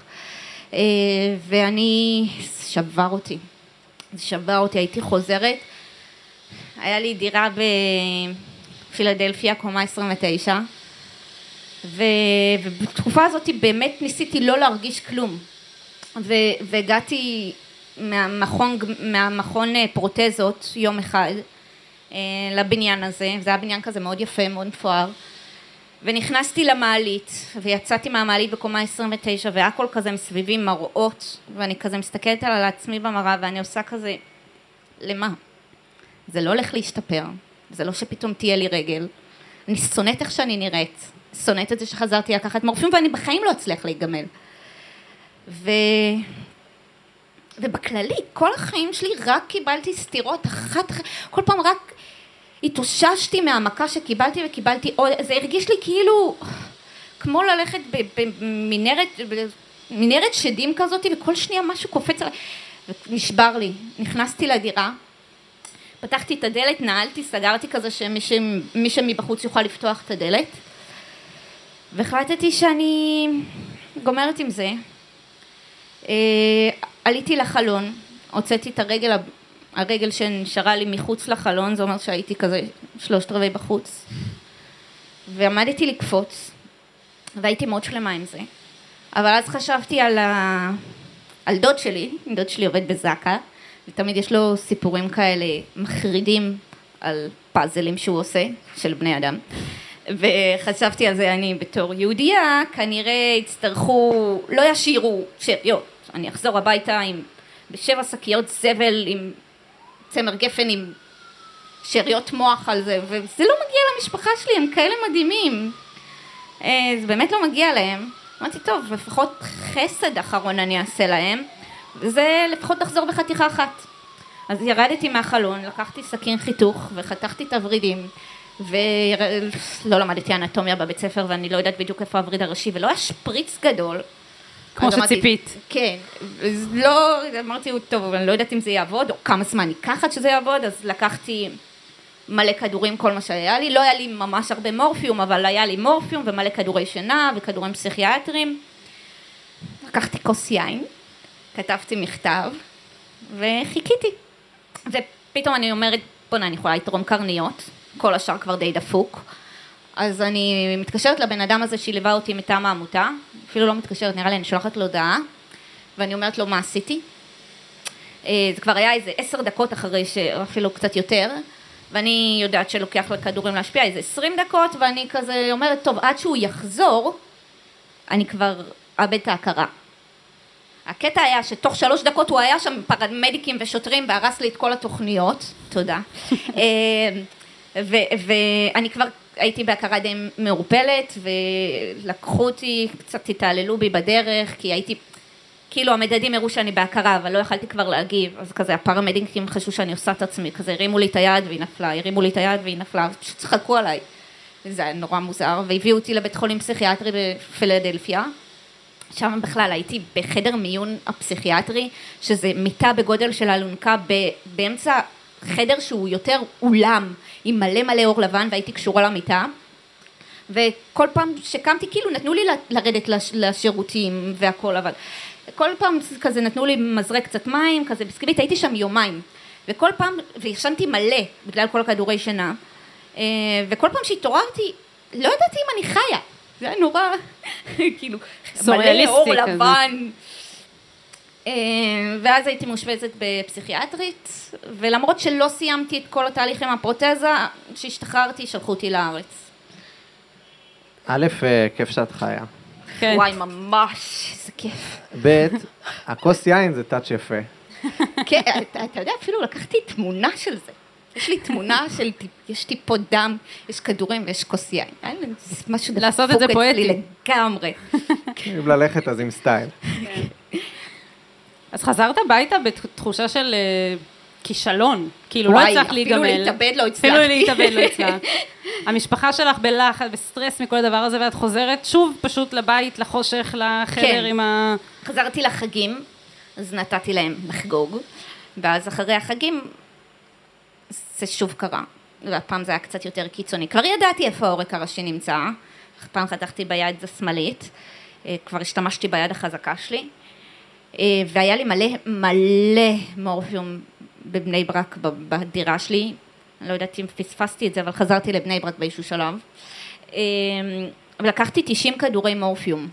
ואני, שבר אותי, זה שבר אותי, הייתי חוזרת, היה לי דירה בפילדלפיה, קומה עשרים ותשע, ובתקופה הזאת באמת ניסיתי לא להרגיש כלום, והגעתי מהמכון, מהמכון פרוטזות יום אחד לבניין הזה, זה היה בניין כזה מאוד יפה, מאוד מפואר, ונכנסתי למעלית, ויצאתי מהמעלית בקומה עשרים ותשע, והכל כזה מסביבי מראות, ואני כזה מסתכלת על עצמי במראה, ואני עושה כזה, למה? זה לא הולך להשתפר, זה לא שפתאום תהיה לי רגל, אני שונאת איך שאני נראית, שונאת את זה שחזרתי לקחת מורפיום, ואני בחיים לא אצליח להיגמל. ו... ובכללי, כל החיים שלי רק קיבלתי סתירות, אחת, כל פעם רק התאוששתי מהמכה שקיבלתי וקיבלתי עוד, זה הרגיש לי כאילו, כמו ללכת במנהרת, מנהרת שדים כזאת, וכל שנייה משהו קופץ עליי, ונשבר לי. נכנסתי לדירה, פתחתי את הדלת, נעלתי, סגרתי כזה שמי שמבחוץ יוכל לפתוח את הדלת, והחלטתי שאני גומרת עם זה. עליתי לחלון, הוצאתי את הרגל, הרגל שנשארה לי מחוץ לחלון, זה אומר שהייתי כזה שלושת רבעי בחוץ, ועמדתי לקפוץ, והייתי מאוד שלמה עם זה. אבל אז חשבתי על, ה... על דוד שלי, דוד שלי עובד בזקה, ותמיד יש לו סיפורים כאלה מחרידים על פאזלים שהוא עושה, של בני אדם. וחשבתי על זה, אני בתור יהודייה, כנראה יצטרכו, לא ישירו שאריות. אני אחזור הביתה עם בשבע שקיות זבל, עם צמר גפן, עם שאריות מוח על זה, וזה לא מגיע למשפחה שלי, הם כאלה מדהימים. זה באמת לא מגיע להם. אמרתי, טוב, לפחות חסד אחרון אני אעשה להם, וזה לפחות לחזור בחתיכה אחת. אז ירדתי מהחלון, לקחתי סכין חיתוך וחתכתי את הוורידים, ולא למדתי אנטומיה בבית ספר, ואני לא יודעת בדיוק איפה הווריד הראשי, ולא היה שפריץ גדול. כמו שציפית. כן, לא, אמרתי, טוב, אבל אני לא יודעת אם זה יעבוד, או כמה זמן ייקח עד שזה יעבוד, אז לקחתי מלא כדורים, כל מה שהיה לי, לא היה לי ממש הרבה מורפיום, אבל היה לי מורפיום ומלא כדורי שינה וכדורים פסיכיאטריים. לקחתי כוס יין, כתבתי מכתב, וחיכיתי. ופתאום אני אומרת, בוא'נה, אני יכולה לתרום קרניות, כל השאר כבר די דפוק. אז אני מתקשרת לבן אדם הזה שליווה אותי מטעם העמותה, אפילו לא מתקשרת, נראה לי, אני שולחת לו הודעה, ואני אומרת לו, מה עשיתי? זה כבר היה איזה עשר דקות אחרי, אפילו קצת יותר, ואני יודעת שלוקח לכדורים להשפיע איזה עשרים דקות, ואני כזה אומרת, טוב, עד שהוא יחזור, אני כבר אאבד את ההכרה. הקטע היה שתוך שלוש דקות הוא היה שם פרמדיקים ושוטרים, והרס לי את כל התוכניות, תודה. ואני כבר הייתי בהכרה די מעורפלת, ולקחו אותי, קצת התעללו בי בדרך, כי הייתי, כאילו המדדים הראו שאני בהכרה, אבל לא יכלתי כבר להגיב, אז כזה הפרמדיקים חשבו שאני עושה את עצמי, כזה הרימו לי את היד והיא נפלה, הרימו לי את היד והיא נפלה, פשוט צחקו עליי, זה היה נורא מוזר, והביאו אותי לבית חולים פסיכיאטרי בפילדלפיה, שם בכלל הייתי בחדר מיון הפסיכיאטרי, שזה מיטה בגודל של אלונקה באמצע חדר שהוא יותר אולם, עם מלא מלא אור לבן, והייתי קשורה למיטה, וכל פעם שקמתי, כאילו נתנו לי לרדת לשירותים והכל, אבל כל פעם כזה נתנו לי מזרק קצת מים, כזה בסקווית, הייתי שם יומיים, וכל פעם, וישנתי מלא, בגלל כל הכדורי שינה, וכל פעם שהתעוררתי, לא ידעתי אם אני חיה, זה היה נורא, כאילו, מלא אור לבן, ואז הייתי מאושפזת בפסיכיאטרית, ולמרות שלא סיימתי את כל התהליך עם הפרוטזה, כשהשתחררתי, שלחו אותי לארץ. א', כיף שאת חיה. וואי, ממש, איזה כיף. ב', הכוס יין זה טאץ' יפה. כן, אתה יודע, אפילו לקחתי תמונה של זה. יש לי תמונה של, יש טיפות דם, יש כדורים ויש כוס יין. משהו לעשות את זה פואטי. לגמרי. אם ללכת אז עם סטייל. אז חזרת הביתה בתחושה של כישלון, כאילו לא הצלח להיגמל. אפילו להתאבד לא הצלחתי. אפילו להתאבד לא הצלח. המשפחה שלך בלחץ, בסטרס מכל הדבר הזה, ואת חוזרת שוב פשוט לבית, לחושך, לחדר עם ה... חזרתי לחגים, אז נתתי להם לחגוג, ואז אחרי החגים זה שוב קרה, והפעם זה היה קצת יותר קיצוני. כבר ידעתי איפה העורק הראשי נמצא, פעם חתכתי ביד השמאלית, כבר השתמשתי ביד החזקה שלי, והיה לי מלא מלא מורפיום בבני ברק בדירה שלי, אני לא יודעת אם פספסתי את זה, אבל חזרתי לבני ברק באיזשהו שלב, ולקחתי תשעים כדורי מורפיום.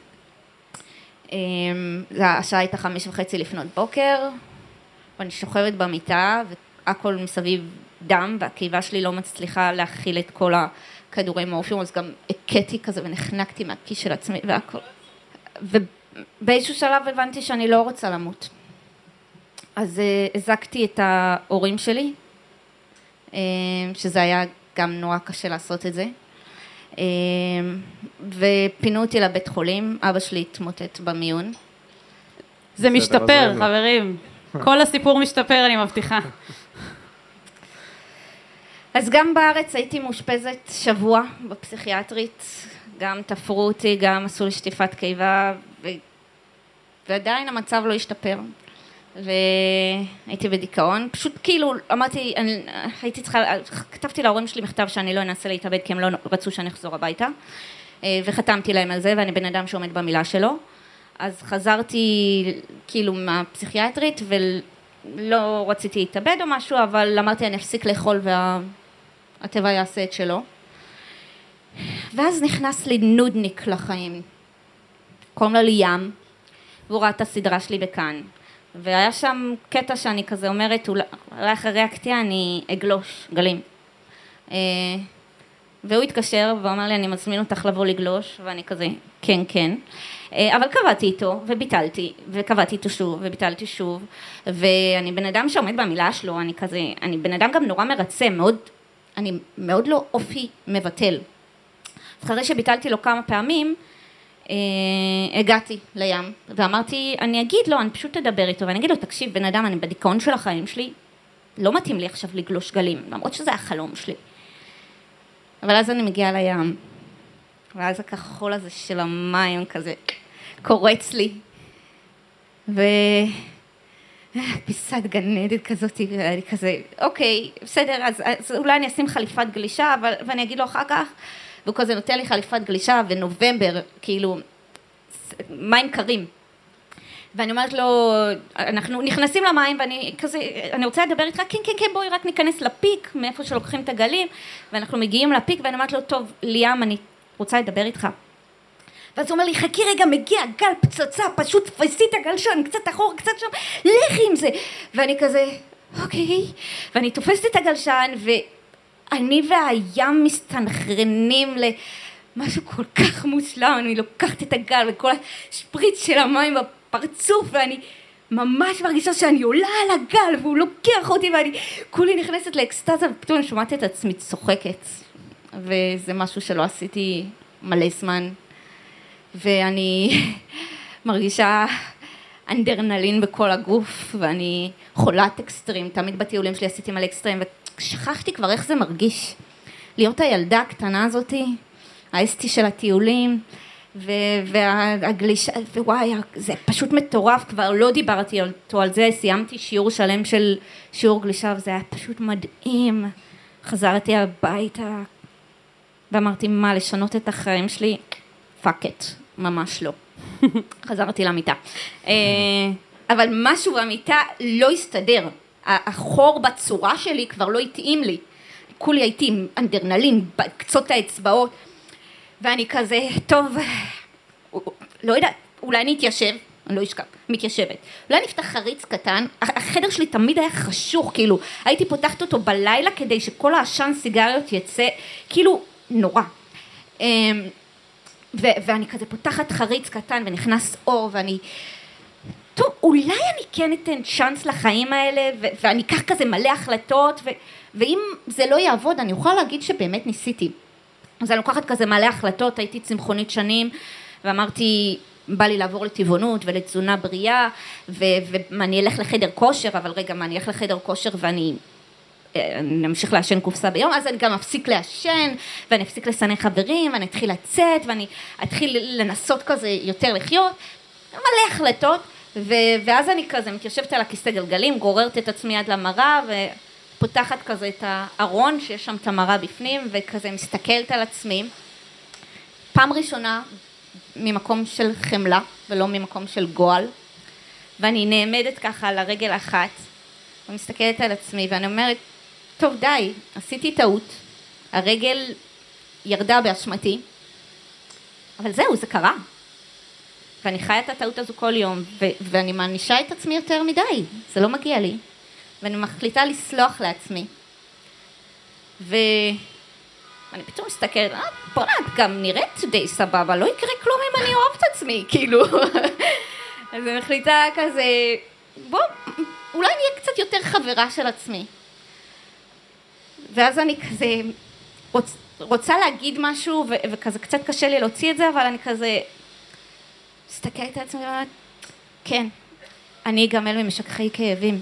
השעה הייתה חמש וחצי לפנות בוקר, ואני שוכבת במיטה, והכל מסביב דם, והקיבה שלי לא מצליחה להכיל את כל הכדורי מורפיום, אז גם הקטי כזה ונחנקתי מהכיס של עצמי והכל. ובאיזשהו שלב הבנתי שאני לא רוצה למות. אז הזקתי את ההורים שלי, שזה היה גם נורא קשה לעשות את זה, ופינו אותי לבית חולים, אבא שלי התמוטט במיון. זה משתפר, חברים. כל הסיפור משתפר, אני מבטיחה. אז גם בארץ הייתי מאושפזת שבוע בפסיכיאטרית, גם תפרו אותי, גם עשו לי שטיפת קיבה, ועדיין המצב לא השתפר. והייתי בדיכאון, פשוט כאילו אמרתי, אני, הייתי צריכה, כתבתי להורים שלי מכתב שאני לא אנסה להתאבד כי הם לא רצו שאני אחזור הביתה, וחתמתי להם על זה, ואני בן אדם שעומד במילה שלו. אז חזרתי כאילו מהפסיכיאטרית ולא רציתי להתאבד או משהו, אבל אמרתי אני אפסיק לאכול והטבע יעשה את שלו. ואז נכנס לי נודניק לחיים, קוראים לו ליאם, והוא ראה את הסדרה שלי בכאן. והיה שם קטע שאני כזה אומרת, אולי אחרי הקטיעה אני אגלוש גלים. והוא התקשר ואומר לי, אני מזמין אותך לבוא לגלוש, ואני כזה, כן, כן. אבל קבעתי איתו וביטלתי, וקבעתי איתו שוב וביטלתי שוב, ואני בן אדם שעומד במילה שלו, אני כזה, אני בן אדם גם נורא מרצה, מאוד, אני מאוד לא אופי מבטל. אחרי שביטלתי לו כמה פעמים, הגעתי לים, ואמרתי, אני אגיד לו, אני פשוט אדבר איתו, ואני אגיד לו, תקשיב, בן אדם, אני בדיכאון של החיים שלי, לא מתאים לי עכשיו לגלוש גלים, למרות שזה החלום שלי. אבל אז אני מגיעה לים, ואז הכחול הזה של המים כזה קורץ לי, ופיסת גנדת כזאת, ואני כזה, אוקיי, בסדר, אז, אז אולי אני אשים חליפת גלישה, אבל, ואני אגיד לו אחר כך, והוא כזה נותן לי חליפת גלישה, ונובמבר, כאילו, מים קרים. ואני אומרת לו, אנחנו נכנסים למים, ואני כזה, אני רוצה לדבר איתך, כן, כן, כן, בואי רק ניכנס לפיק, מאיפה שלוקחים את הגלים, ואנחנו מגיעים לפיק, ואני אומרת לו, טוב, ליאם, אני רוצה לדבר איתך. ואז הוא אומר לי, חכי רגע, מגיע גל פצצה, פשוט תפסי את הגל שם, קצת אחורה, קצת שם, לכי עם זה. ואני כזה, אוקיי, ואני תופסת את הגלשן, ואני והים מסתנכרנים למשהו כל כך מושלם, אני לוקחת את הגל וכל השפריץ של המים בפרצוף, ואני ממש מרגישה שאני עולה על הגל, והוא לוקח אותי, ואני כולי נכנסת לאקסטאזה, ופתאום אני שומעת את עצמי צוחקת, וזה משהו שלא עשיתי מלא זמן, ואני מרגישה אנדרנלין בכל הגוף, ואני חולת אקסטרים, תמיד בטיולים שלי עשיתי מלא אקסטרים, ושכחתי כבר איך זה מרגיש, להיות הילדה הקטנה הזאתי, האסטי של הטיולים, והגלישה, ווואי, זה פשוט מטורף, כבר לא דיברתי אותו על זה, סיימתי שיעור שלם של שיעור גלישה, וזה היה פשוט מדהים, חזרתי הביתה, ואמרתי, מה, לשנות את החיים שלי? פאק את, ממש לא. חזרתי למיטה. אבל משהו במיטה לא הסתדר. החור בצורה שלי כבר לא התאים לי. כולי הייתי עם אנדרנלין בקצות האצבעות, ואני כזה, טוב, לא יודעת, אולי אני אתיישב, אני לא אשכב, מתיישבת. אולי נפתח חריץ קטן, החדר שלי תמיד היה חשוך, כאילו, הייתי פותחת אותו בלילה כדי שכל העשן סיגריות יצא, כאילו, נורא. ו- ואני כזה פותחת חריץ קטן ונכנס אור, ואני, טוב, אולי אני כן אתן צ'אנס לחיים האלה, ו- ואני אקח כזה מלא החלטות, ו- ואם זה לא יעבוד, אני אוכל להגיד שבאמת ניסיתי. אז אני לוקחת כזה מלא החלטות, הייתי צמחונית שנים, ואמרתי, בא לי לעבור לטבעונות ולתזונה בריאה, ו- ואני אלך לחדר כושר, אבל רגע, מה, אני אלך לחדר כושר ואני אני אמשיך לעשן קופסה ביום, אז אני גם אפסיק לעשן, ואני אפסיק לסנן חברים, ואני אתחיל לצאת, ואני אתחיל לנסות כזה יותר לחיות, מלא החלטות, ו- ואז אני כזה מתיישבת על הכיסא גלגלים, גוררת את עצמי עד למראה, ופותחת כזה את הארון, שיש שם את המראה בפנים, וכזה מסתכלת על עצמי, פעם ראשונה ממקום של חמלה, ולא ממקום של גועל, ואני נעמדת ככה על הרגל אחת, ומסתכלת על עצמי, ואני אומרת, טוב די, עשיתי טעות, הרגל ירדה באשמתי, אבל זהו, זה קרה. ואני חיה את הטעות הזו כל יום, ו- ואני מענישה את עצמי יותר מדי, זה לא מגיע לי. ואני מחליטה לסלוח לעצמי. ואני פתאום מסתכלת, אה, בוא נעת, גם נראית די סבבה, לא יקרה כלום אם אני אוהב את עצמי, כאילו. אז אני מחליטה כזה, בוא, אולי נהיה קצת יותר חברה של עצמי. ואז אני כזה רוצ, רוצה להגיד משהו, ו, וכזה קצת קשה לי להוציא את זה, אבל אני כזה מסתכלת על עצמי ואומרת, כן, אני אגמל ממשככי כאבים.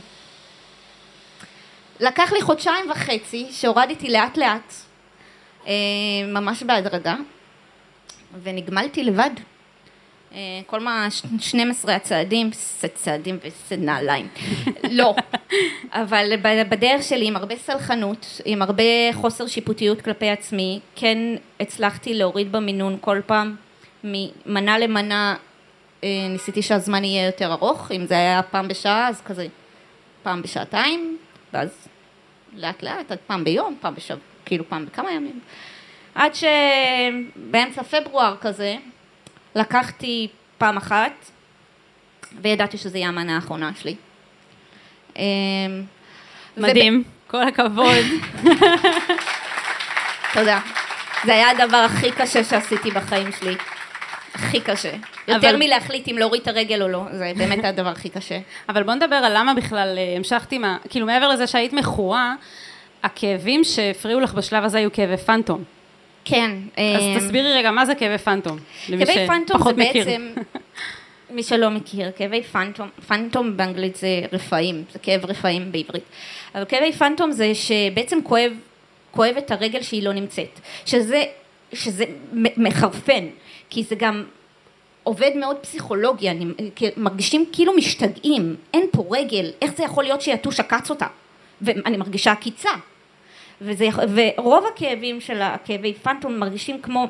לקח לי חודשיים וחצי שהורדתי לאט לאט, ממש בהדרגה, ונגמלתי לבד. כל מה, שנים עשר הצעדים, צעדים ונעליים. לא. אבל בדרך שלי, עם הרבה סלחנות, עם הרבה חוסר שיפוטיות כלפי עצמי, כן הצלחתי להוריד במינון כל פעם, ממנה למנה, ניסיתי שהזמן יהיה יותר ארוך, אם זה היה פעם בשעה, אז כזה פעם בשעתיים, ואז לאט לאט, עד פעם ביום, פעם בשבוע, כאילו פעם בכמה ימים. עד שבאמצע פברואר כזה, לקחתי פעם אחת, וידעתי שזה יהיה המנה האחרונה שלי. מדהים, כל הכבוד. תודה. זה היה הדבר הכי קשה שעשיתי בחיים שלי. הכי קשה. יותר מלהחליט אם להוריד את הרגל או לא, זה באמת הדבר הכי קשה. אבל בוא נדבר על למה בכלל המשכתי, כאילו מעבר לזה שהיית מכורה, הכאבים שהפריעו לך בשלב הזה היו כאבי פנטום. כן. אז תסבירי רגע, מה זה כאבי פנטום? כאבי פנטום זה בעצם, מי שלא מכיר, כאבי פנטום, פנטום באנגלית זה רפאים, זה כאב רפאים בעברית. אבל כאבי פנטום זה שבעצם כואב, כואב את הרגל שהיא לא נמצאת. שזה, שזה מחרפן, כי זה גם עובד מאוד פסיכולוגיה, מרגישים כאילו משתגעים, אין פה רגל, איך זה יכול להיות שיתוש עקץ אותה? ואני מרגישה עקיצה. וזה, ורוב הכאבים של הכאבי פנטום מרגישים כמו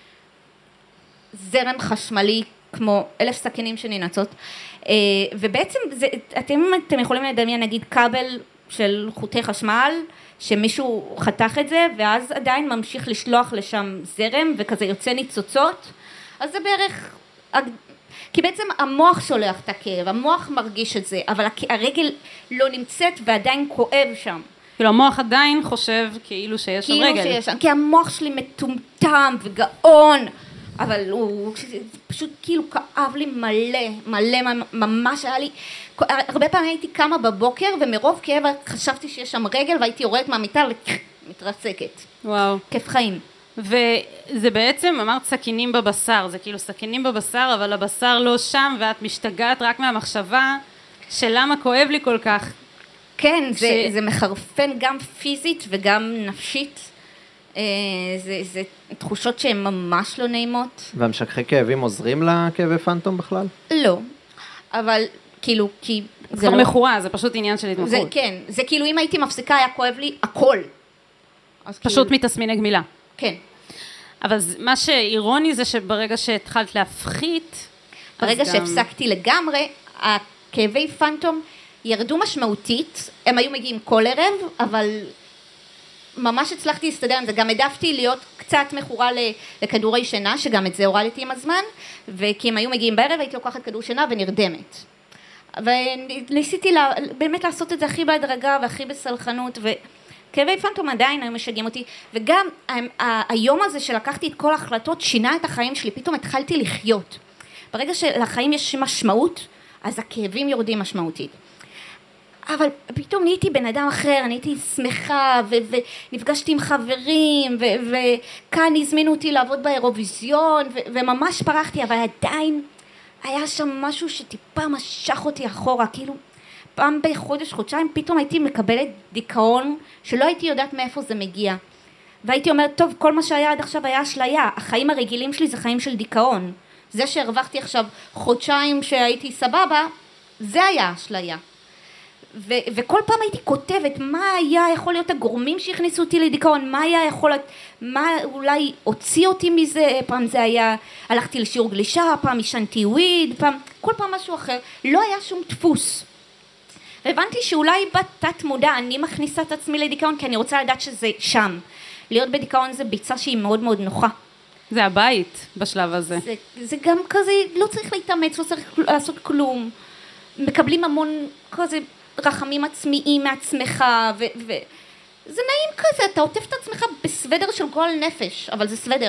זרם חשמלי, כמו אלף סכינים שננצות, ובעצם זה, אתם, אתם יכולים לדמיין נגיד כבל של חוטי חשמל, שמישהו חתך את זה, ואז עדיין ממשיך לשלוח לשם זרם, וכזה יוצא ניצוצות, אז זה בערך, כי בעצם המוח שולח את הכאב, המוח מרגיש את זה, אבל הרגל לא נמצאת ועדיין כואב שם. כאילו המוח עדיין חושב כאילו שיש שם רגל. כאילו שיש שם, כי המוח שלי מטומטם וגאון, אבל הוא פשוט כאילו כאב לי מלא, מלא, ממש היה לי, הרבה פעמים הייתי קמה בבוקר ומרוב כאב חשבתי שיש שם רגל והייתי יורדת מהמיטה ומתרסקת. וואו. כיף חיים. וזה בעצם, אמרת סכינים בבשר, זה כאילו סכינים בבשר, אבל הבשר לא שם ואת משתגעת רק מהמחשבה של למה כואב לי כל כך. כן, זה, זה מחרפן גם פיזית וגם נפשית. זה, זה תחושות שהן ממש לא נעימות. והמשככי כאבים עוזרים לכאבי פנטום בכלל? לא, אבל כאילו, כי זה לא מכורה, זה פשוט עניין של התמחות. זה כן, זה כאילו אם הייתי מפסיקה היה כואב לי הכל. פשוט כאילו... מתסמיני גמילה. כן. אבל מה שאירוני זה שברגע שהתחלת להפחית... ברגע גם... שהפסקתי לגמרי, הכאבי פנטום ירדו משמעותית, הם היו מגיעים כל ערב, אבל ממש הצלחתי להסתדר עם זה, גם העדפתי להיות קצת מכורה לכדורי שינה, שגם את זה הורדתי עם הזמן, וכי הם היו מגיעים בערב, הייתי לוקחת כדור שינה ונרדמת. וניסיתי לה, באמת לעשות את זה הכי בהדרגה והכי בסלחנות, וכאבי פנטום עדיין היו משגעים אותי, וגם היום הזה שלקחתי את כל ההחלטות שינה את החיים שלי, פתאום התחלתי לחיות. ברגע שלחיים יש משמעות, אז הכאבים יורדים משמעותית. אבל פתאום נהייתי בן אדם אחר, נהייתי שמחה, ו- ונפגשתי עם חברים, ו- וכאן הזמינו אותי לעבוד באירוויזיון, ו- וממש פרחתי, אבל עדיין היה שם משהו שטיפה משך אותי אחורה, כאילו פעם בחודש, חודשיים, פתאום הייתי מקבלת דיכאון, שלא הייתי יודעת מאיפה זה מגיע. והייתי אומרת, טוב, כל מה שהיה עד עכשיו היה אשליה, החיים הרגילים שלי זה חיים של דיכאון. זה שהרווחתי עכשיו חודשיים שהייתי סבבה, זה היה אשליה. ו- וכל פעם הייתי כותבת מה היה יכול להיות הגורמים שהכניסו אותי לדיכאון, מה היה יכול להיות, מה אולי הוציא אותי מזה, פעם זה היה, הלכתי לשיעור גלישה, פעם ישנתי וויד, פעם, כל פעם משהו אחר, לא היה שום דפוס. והבנתי שאולי בתת מודע אני מכניסה את עצמי לדיכאון, כי אני רוצה לדעת שזה שם. להיות בדיכאון זה ביצה שהיא מאוד מאוד נוחה. זה הבית בשלב הזה. זה, זה גם כזה, לא צריך להתאמץ, לא צריך לעשות כלום. מקבלים המון כזה רחמים עצמיים מעצמך, וזה נעים כזה, אתה עוטף את עצמך בסוודר של גועל נפש, אבל זה סוודר.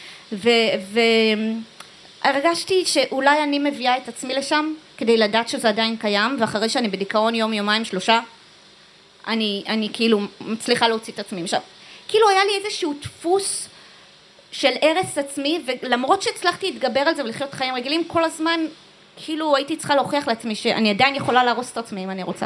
והרגשתי שאולי אני מביאה את עצמי לשם, כדי לדעת שזה עדיין קיים, ואחרי שאני בדיכאון יום, יומיים, שלושה, אני, אני כאילו מצליחה להוציא את עצמי. עכשיו, כאילו היה לי איזשהו דפוס של הרס עצמי, ולמרות שהצלחתי להתגבר על זה ולחיות חיים רגילים, כל הזמן כאילו הייתי צריכה להוכיח לעצמי שאני עדיין יכולה להרוס את עצמי אם אני רוצה.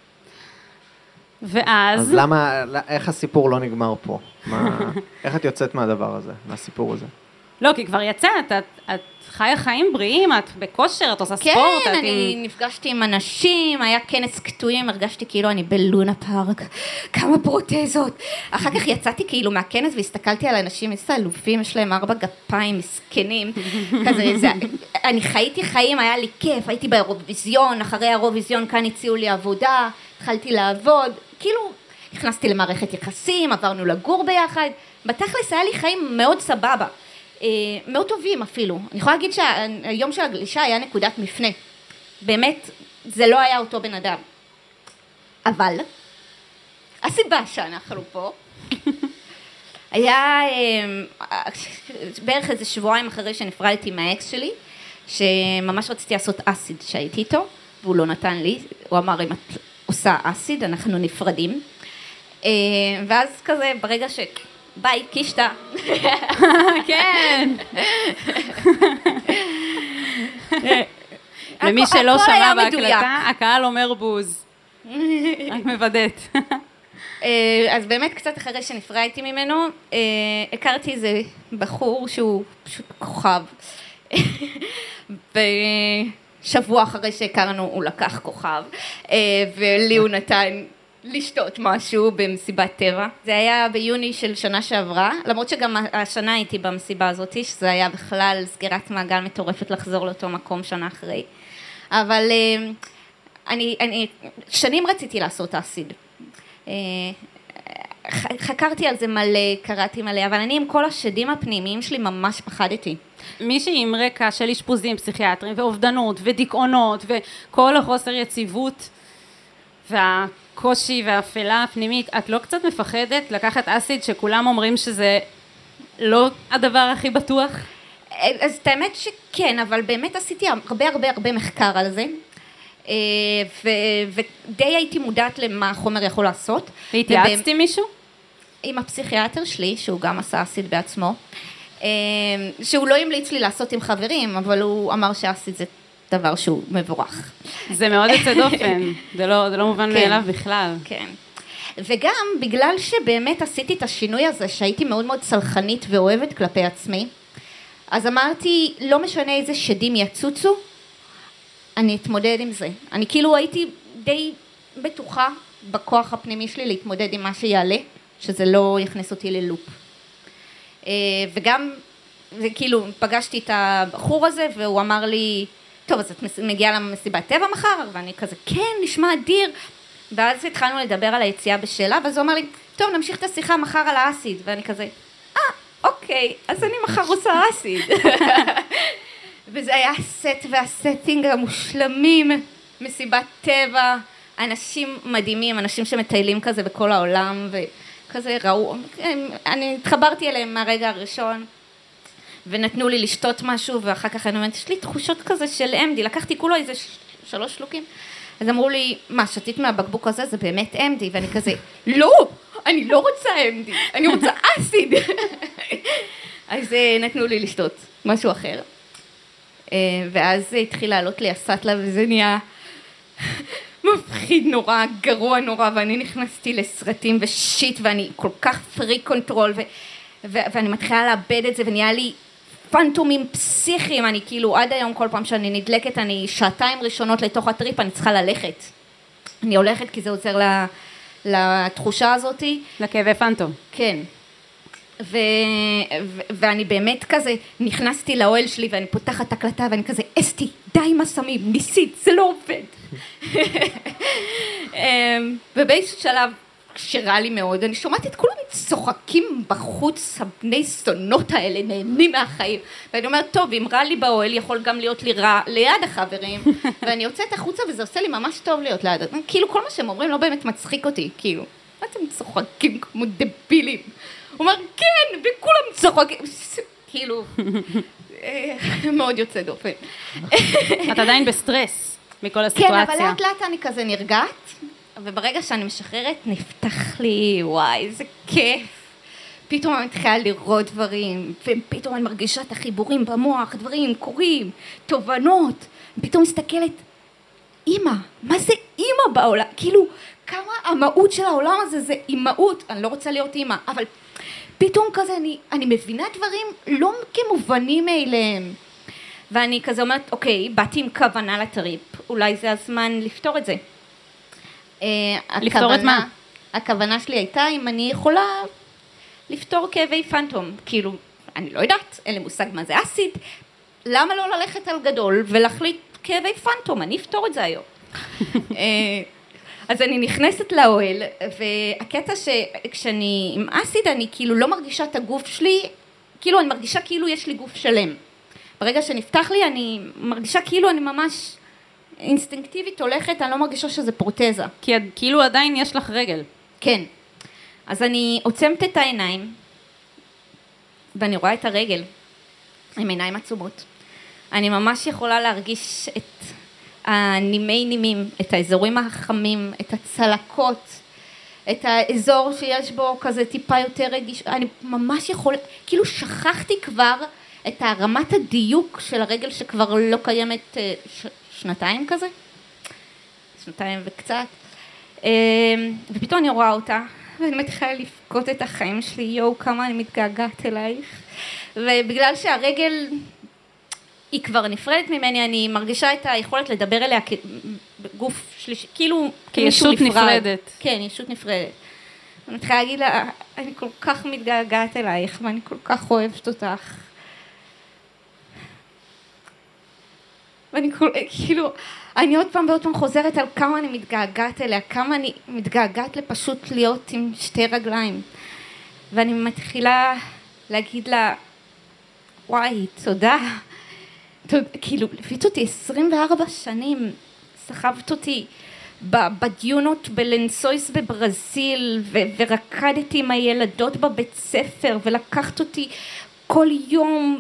ואז... אז למה, איך הסיפור לא נגמר פה? מה, איך את יוצאת מהדבר הזה, מהסיפור הזה? לא, כי כבר יצאת, את, את חיה חיים בריאים, את בכושר, את עושה כן, ספורט. כן, את אני עם... נפגשתי עם אנשים, היה כנס קטועים, הרגשתי כאילו אני בלונה פארק, כמה פרוטזות. אחר כך יצאתי כאילו מהכנס והסתכלתי על אנשים, איזה אלופים, יש להם ארבע גפיים, מסכנים, כזה, זה, אני חייתי חיים, היה לי כיף, הייתי באירוויזיון, אחרי האירוויזיון כאן הציעו לי עבודה, התחלתי לעבוד, כאילו, נכנסתי למערכת יחסים, עברנו לגור ביחד, בתכלס היה לי חיים מאוד סבבה. מאוד טובים אפילו. אני יכולה להגיד שהיום של הגלישה היה נקודת מפנה. באמת, זה לא היה אותו בן אדם. אבל, הסיבה שאנחנו פה, היה בערך איזה שבועיים אחרי שנפרדתי מהאקס שלי, שממש רציתי לעשות אסיד שהייתי איתו, והוא לא נתן לי, הוא אמר אם את עושה אסיד, אנחנו נפרדים. ואז כזה, ברגע ש... ביי, קישטה. כן. למי שלא שמע בהקלטה, הקהל אומר בוז. את מבדאת. אז באמת קצת אחרי שנפרדתי ממנו, הכרתי איזה בחור שהוא פשוט כוכב. ושבוע אחרי שהכרנו הוא לקח כוכב, ולי הוא נתן לשתות משהו במסיבת טבע. זה היה ביוני של שנה שעברה, למרות שגם השנה הייתי במסיבה הזאת, שזה היה בכלל סגירת מעגל מטורפת לחזור לאותו מקום שנה אחרי. אבל אני, אני שנים רציתי לעשות אסיד. חקרתי על זה מלא, קראתי מלא, אבל אני עם כל השדים הפנימיים שלי ממש פחדתי. מישהי עם רקע של אשפוזים פסיכיאטריים ואובדנות ודיכאונות וכל החוסר יציבות והקושי והאפלה הפנימית, את לא קצת מפחדת לקחת אסיד שכולם אומרים שזה לא הדבר הכי בטוח? אז את האמת שכן, אבל באמת עשיתי הרבה הרבה הרבה מחקר על זה, ודי הייתי מודעת למה החומר יכול לעשות. והתייעצתי מישהו? עם הפסיכיאטר שלי, שהוא גם עשה אסיד בעצמו, שהוא לא המליץ לי לעשות עם חברים, אבל הוא אמר שאסיד זה דבר שהוא מבורך. זה מאוד יוצא דופן, זה לא, זה לא מובן מאליו בכלל. כן. וגם בגלל שבאמת עשיתי את השינוי הזה, שהייתי מאוד מאוד צלחנית ואוהבת כלפי עצמי, אז אמרתי, לא משנה איזה שדים יצוצו, אני אתמודד עם זה. אני כאילו הייתי די בטוחה בכוח הפנימי שלי להתמודד עם מה שיעלה, שזה לא יכנס אותי ללופ. וגם, וכאילו, פגשתי את הבחור הזה, והוא אמר לי, טוב, אז את מגיעה למסיבת טבע מחר? ואני כזה, כן, נשמע אדיר. ואז התחלנו לדבר על היציאה בשאלה, ואז הוא אמר לי, טוב, נמשיך את השיחה מחר על האסיד. ואני כזה, אה, אוקיי, אז אני מחר עושה אסיד. וזה היה הסט והסטינג המושלמים, מסיבת טבע, אנשים מדהימים, אנשים שמטיילים כזה בכל העולם, וכזה ראו, אני התחברתי אליהם מהרגע הראשון, ונתנו לי לשתות משהו, ואחר כך אני אומרת, יש לי תחושות כזה של אמדי, לקחתי כולו איזה שלוש שלוקים, אז אמרו לי, מה, שתית מהבקבוק הזה, זה באמת אמדי, ואני כזה, לא, אני לא רוצה אמדי, אני רוצה אסיד. אז נתנו לי לשתות משהו אחר. ואז התחיל לעלות לי הסטלה, וזה נהיה מפחיד נורא, גרוע נורא, ואני נכנסתי לסרטים ושיט, ואני כל כך פרי קונטרול, ו- ו- ואני מתחילה לאבד את זה, ונהיה לי פנטומים פסיכיים, אני כאילו עד היום כל פעם שאני נדלקת, אני שעתיים ראשונות לתוך הטריפ, אני צריכה ללכת. אני הולכת כי זה עוזר לה, לתחושה הזאת. לכאבי פנטום. כן. ו- ו- ואני באמת כזה, נכנסתי לאוהל שלי ואני פותחת הקלטה ואני כזה, אסתי, די עם הסמים, ניסית, זה לא עובד. ובאיזשהו שלב, כשרע לי מאוד, אני שומעת את כולם צוחקים בחוץ, הבני סונות האלה, נהנים מהחיים. ואני אומרת, טוב, אם רע לי באוהל, יכול גם להיות לי רע ליד החברים. ואני יוצאת החוצה וזה עושה לי ממש טוב להיות ליד. כאילו, כל מה שהם אומרים לא באמת מצחיק אותי, כאילו, מה אתם צוחקים כמו דבילים? הוא אומר, כן, וכולם צוחקים, כאילו, מאוד יוצא דופן. את עדיין בסטרס מכל הסיטואציה. כן, אבל לאט לאט אני כזה נרגעת, וברגע שאני משחררת, נפתח לי, וואי, איזה כיף. פתאום אני מתחילה לראות דברים, ופתאום אני מרגישה את החיבורים במוח, דברים קורים, תובנות, פתאום מסתכלת, אמא, מה זה אמא בעולם? כאילו, כמה המהות של העולם הזה זה אימהות, אני לא רוצה להיות אמא, אבל פתאום כזה אני, אני מבינה דברים לא כמובנים מאליהם. ואני כזה אומרת, אוקיי, באתי עם כוונה לטריפ, אולי זה הזמן לפתור את זה. לפתור את מה? הכוונה שלי הייתה אם אני יכולה לפתור כאבי פנטום, כאילו, אני לא יודעת, אין לי מושג מה זה אסיד, למה לא ללכת על גדול ולהחליט כאבי פנטום, אני אפתור את זה היום. אז אני נכנסת לאוהל, והקטע שכשאני עם אסיד אני כאילו לא מרגישה את הגוף שלי, כאילו אני מרגישה כאילו יש לי גוף שלם. ברגע שנפתח לי אני מרגישה כאילו אני ממש אינסטינקטיבית הולכת, אני לא מרגישה שזה פרוטזה. כי כאילו עדיין יש לך רגל. כן. אז אני עוצמת את העיניים, ואני רואה את הרגל, עם עיניים עצומות. אני ממש יכולה להרגיש את הנימי נימים, את האזורים החמים, את הצלקות, את האזור שיש בו כזה טיפה יותר רגיש. אני ממש יכולה, כאילו שכחתי כבר את הרמת הדיוק של הרגל שכבר לא קיימת ש, שנתיים כזה, שנתיים וקצת. ופתאום אני רואה אותה, ואני מתחילה לפקוט את החיים שלי, יואו, כמה אני מתגעגעת אלייך. ובגלל שהרגל היא כבר נפרדת ממני, אני מרגישה את היכולת לדבר אליה כגוף שלישי, כאילו כישות נפרדת. כן, ישות נפרדת. אני מתחילה להגיד לה, אני כל כך מתגעגעת אלייך, ואני כל כך אוהבת אותך. ואני כל, כאילו, אני עוד פעם ועוד פעם חוזרת על כמה אני מתגעגעת אליה, כמה אני מתגעגעת לפשוט להיות עם שתי רגליים. ואני מתחילה להגיד לה, וואי, תודה. כאילו, לווית אותי עשרים וארבע שנים, סחבת אותי בדיונות בלנסויס בברזיל, ורקדתי עם הילדות בבית ספר, ולקחת אותי כל יום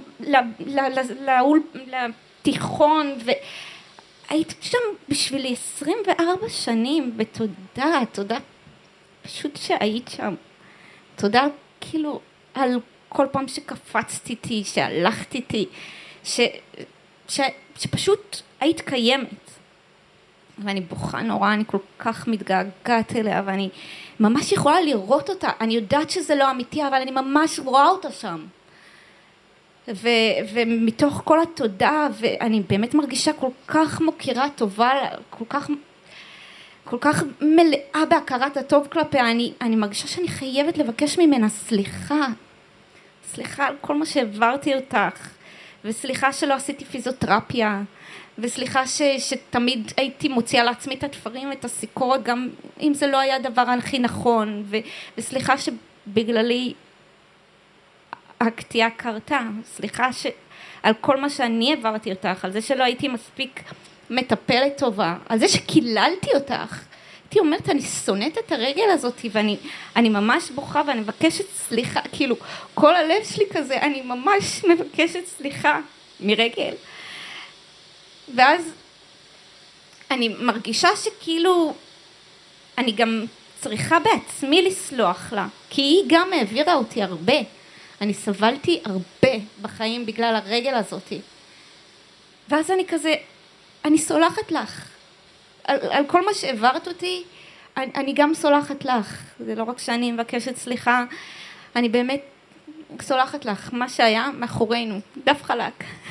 לתיכון, והיית שם בשבילי עשרים וארבע שנים, ותודה, תודה, פשוט שהיית שם. תודה כאילו על כל פעם שקפצתי איתי, שהלכתי איתי, ש... ש... שפשוט היית קיימת. ואני בוכה נורא, אני כל כך מתגעגעת אליה, ואני ממש יכולה לראות אותה. אני יודעת שזה לא אמיתי, אבל אני ממש רואה אותה שם. ו... ומתוך כל התודה, ואני באמת מרגישה כל כך מוקירה טובה, כל כך... כל כך מלאה בהכרת הטוב כלפיה, אני, אני מרגישה שאני חייבת לבקש ממנה סליחה. סליחה על כל מה שהעברתי אותך. וסליחה שלא עשיתי פיזיותרפיה, וסליחה ש, שתמיד הייתי מוציאה לעצמי את התפרים ואת הסיכות, גם אם זה לא היה הדבר הכי נכון, ו, וסליחה שבגללי הקטיעה קרתה, סליחה ש, על כל מה שאני העברתי אותך, על זה שלא הייתי מספיק מטפלת טובה, על זה שקיללתי אותך, הייתי אומרת, אני שונאת את הרגל הזאת, ואני אני ממש בוכה, ואני מבקשת סליחה, כאילו, כל הלב שלי כזה, אני ממש מבקשת סליחה מרגל. ואז אני מרגישה שכאילו, אני גם צריכה בעצמי לסלוח לה, כי היא גם העבירה אותי הרבה. אני סבלתי הרבה בחיים בגלל הרגל הזאת. ואז אני כזה, אני סולחת לך. על, על כל מה שהעברת אותי, אני, אני גם סולחת לך. זה לא רק שאני מבקשת סליחה, אני באמת סולחת לך. מה שהיה מאחורינו, דף חלק.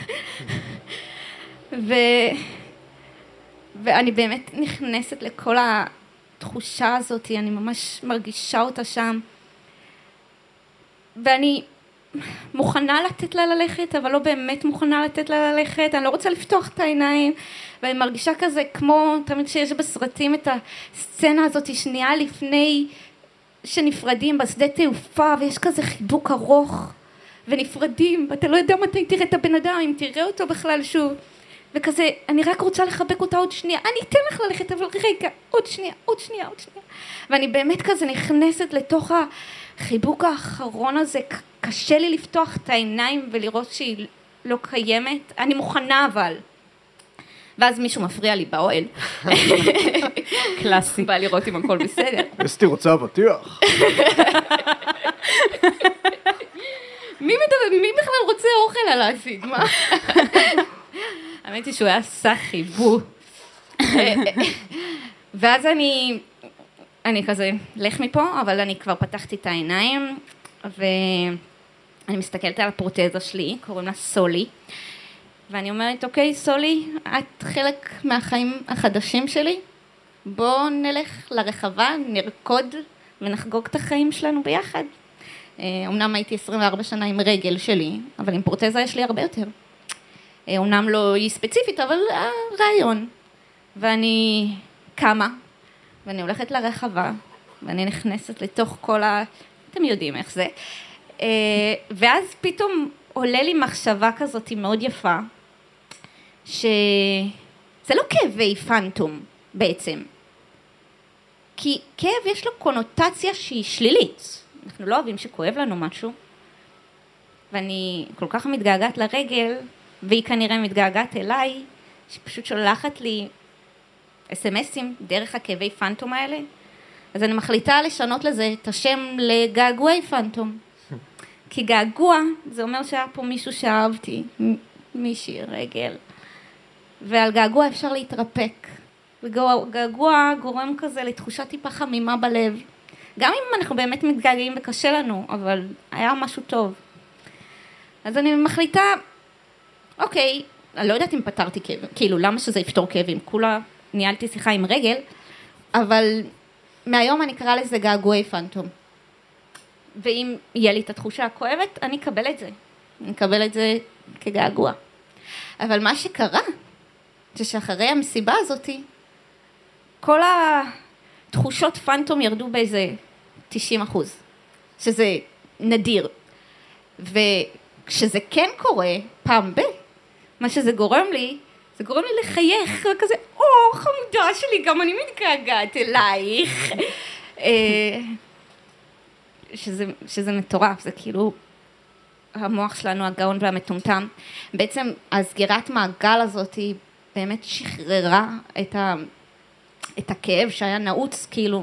ו, ואני באמת נכנסת לכל התחושה הזאת, אני ממש מרגישה אותה שם. ואני מוכנה לתת לה ללכת, אבל לא באמת מוכנה לתת לה ללכת, אני לא רוצה לפתוח את העיניים, ואני מרגישה כזה כמו, תמיד שיש בסרטים את הסצנה הזאת שנייה לפני שנפרדים בשדה תעופה, ויש כזה חיבוק ארוך, ונפרדים, ואתה לא יודע מתי תראה את הבן אדם, אם תראה אותו בכלל שוב, וכזה, אני רק רוצה לחבק אותה עוד שנייה, אני אתן לך ללכת, אבל רגע, עוד שנייה, עוד שנייה, עוד שנייה, ואני באמת כזה נכנסת לתוך החיבוק האחרון הזה, קשה לי לפתוח את העיניים ולראות שהיא לא קיימת, אני מוכנה אבל. ואז מישהו מפריע לי באוהל. קלאסי. בא לראות אם הכל בסדר. אסתי רוצה אבטיח. מי מדבר, מי בכלל רוצה אוכל על האסיד, מה? האמת היא שהוא היה סחיבו. ואז אני, אני כזה, לך מפה, אבל אני כבר פתחתי את העיניים, ואני מסתכלת על הפרוטזה שלי, קוראים לה סולי, ואני אומרת, אוקיי, סולי, את חלק מהחיים החדשים שלי, בואו נלך לרחבה, נרקוד ונחגוג את החיים שלנו ביחד. אמנם הייתי עשרים וארבע שנה עם רגל שלי, אבל עם פרוטזה יש לי הרבה יותר. אמנם לא היא ספציפית, אבל הרעיון. ואני קמה, ואני הולכת לרחבה, ואני נכנסת לתוך כל ה... אתם יודעים איך זה. ואז פתאום עולה לי מחשבה כזאת מאוד יפה, שזה לא כאבי פנטום בעצם. כי כאב יש לו קונוטציה שהיא שלילית. אנחנו לא אוהבים שכואב לנו משהו. ואני כל כך מתגעגעת לרגל, והיא כנראה מתגעגעת אליי, שפשוט שולחת לי אס-אמסים דרך הכאבי פנטום האלה. אז אני מחליטה לשנות לזה את השם לגעגועי פנטום. כי געגוע זה אומר שהיה פה מישהו שאהבתי, מישהי, רגל. ועל געגוע אפשר להתרפק. וגעגוע גורם כזה לתחושה טיפה חמימה בלב. גם אם אנחנו באמת מתגעגעים וקשה לנו, אבל היה משהו טוב. אז אני מחליטה, אוקיי, אני לא יודעת אם פתרתי כאב, כאילו למה שזה יפתור כאבים, כולה ניהלתי שיחה עם רגל, אבל מהיום אני אקרא לזה געגועי פנטום. ואם יהיה לי את התחושה הכואבת, אני אקבל את זה. אני אקבל את זה כגעגוע. אבל מה שקרה, זה שאחרי המסיבה הזאת, כל התחושות פנטום ירדו באיזה תשעים אחוז, שזה נדיר. וכשזה כן קורה, פעם ב, מה שזה גורם לי, זה גורם לי לחייך, וכזה, או, חמודה שלי, גם אני מתגעגעת אלייך. שזה, שזה מטורף, זה כאילו המוח שלנו הגאון והמטומטם. בעצם הסגירת מעגל הזאת היא באמת שחררה את, ה, את הכאב שהיה נעוץ, כאילו.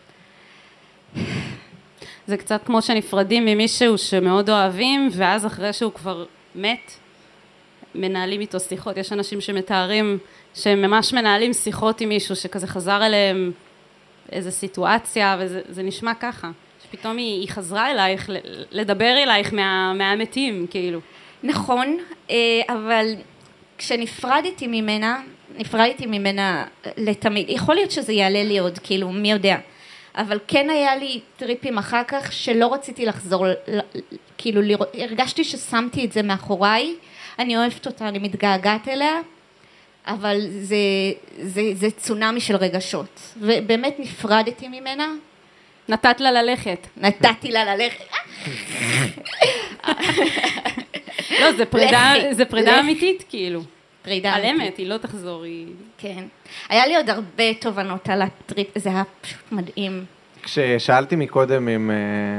זה קצת כמו שנפרדים ממישהו שמאוד אוהבים, ואז אחרי שהוא כבר מת, מנהלים איתו שיחות. יש אנשים שמתארים שהם ממש מנהלים שיחות עם מישהו שכזה חזר אליהם איזו סיטואציה, וזה נשמע ככה. פתאום היא, היא חזרה אלייך, לדבר אלייך מה, מהמתים, כאילו. נכון, אבל כשנפרדתי ממנה, נפרדתי ממנה לתמיד. יכול להיות שזה יעלה לי עוד, כאילו, מי יודע. אבל כן היה לי טריפים אחר כך שלא רציתי לחזור, כאילו, הרגשתי ששמתי את זה מאחוריי. אני אוהבת אותה, אני מתגעגעת אליה, אבל זה, זה, זה צונמי של רגשות. ובאמת נפרדתי ממנה. נתת לה ללכת. נתתי לה ללכת. לא, זה פרידה, זה פרידה אמיתית, כאילו. פרידה אמיתית. על אמת, היא לא תחזור, היא... כן. היה לי עוד הרבה תובנות על הטריפ, זה היה פשוט מדהים. כששאלתי מקודם אם,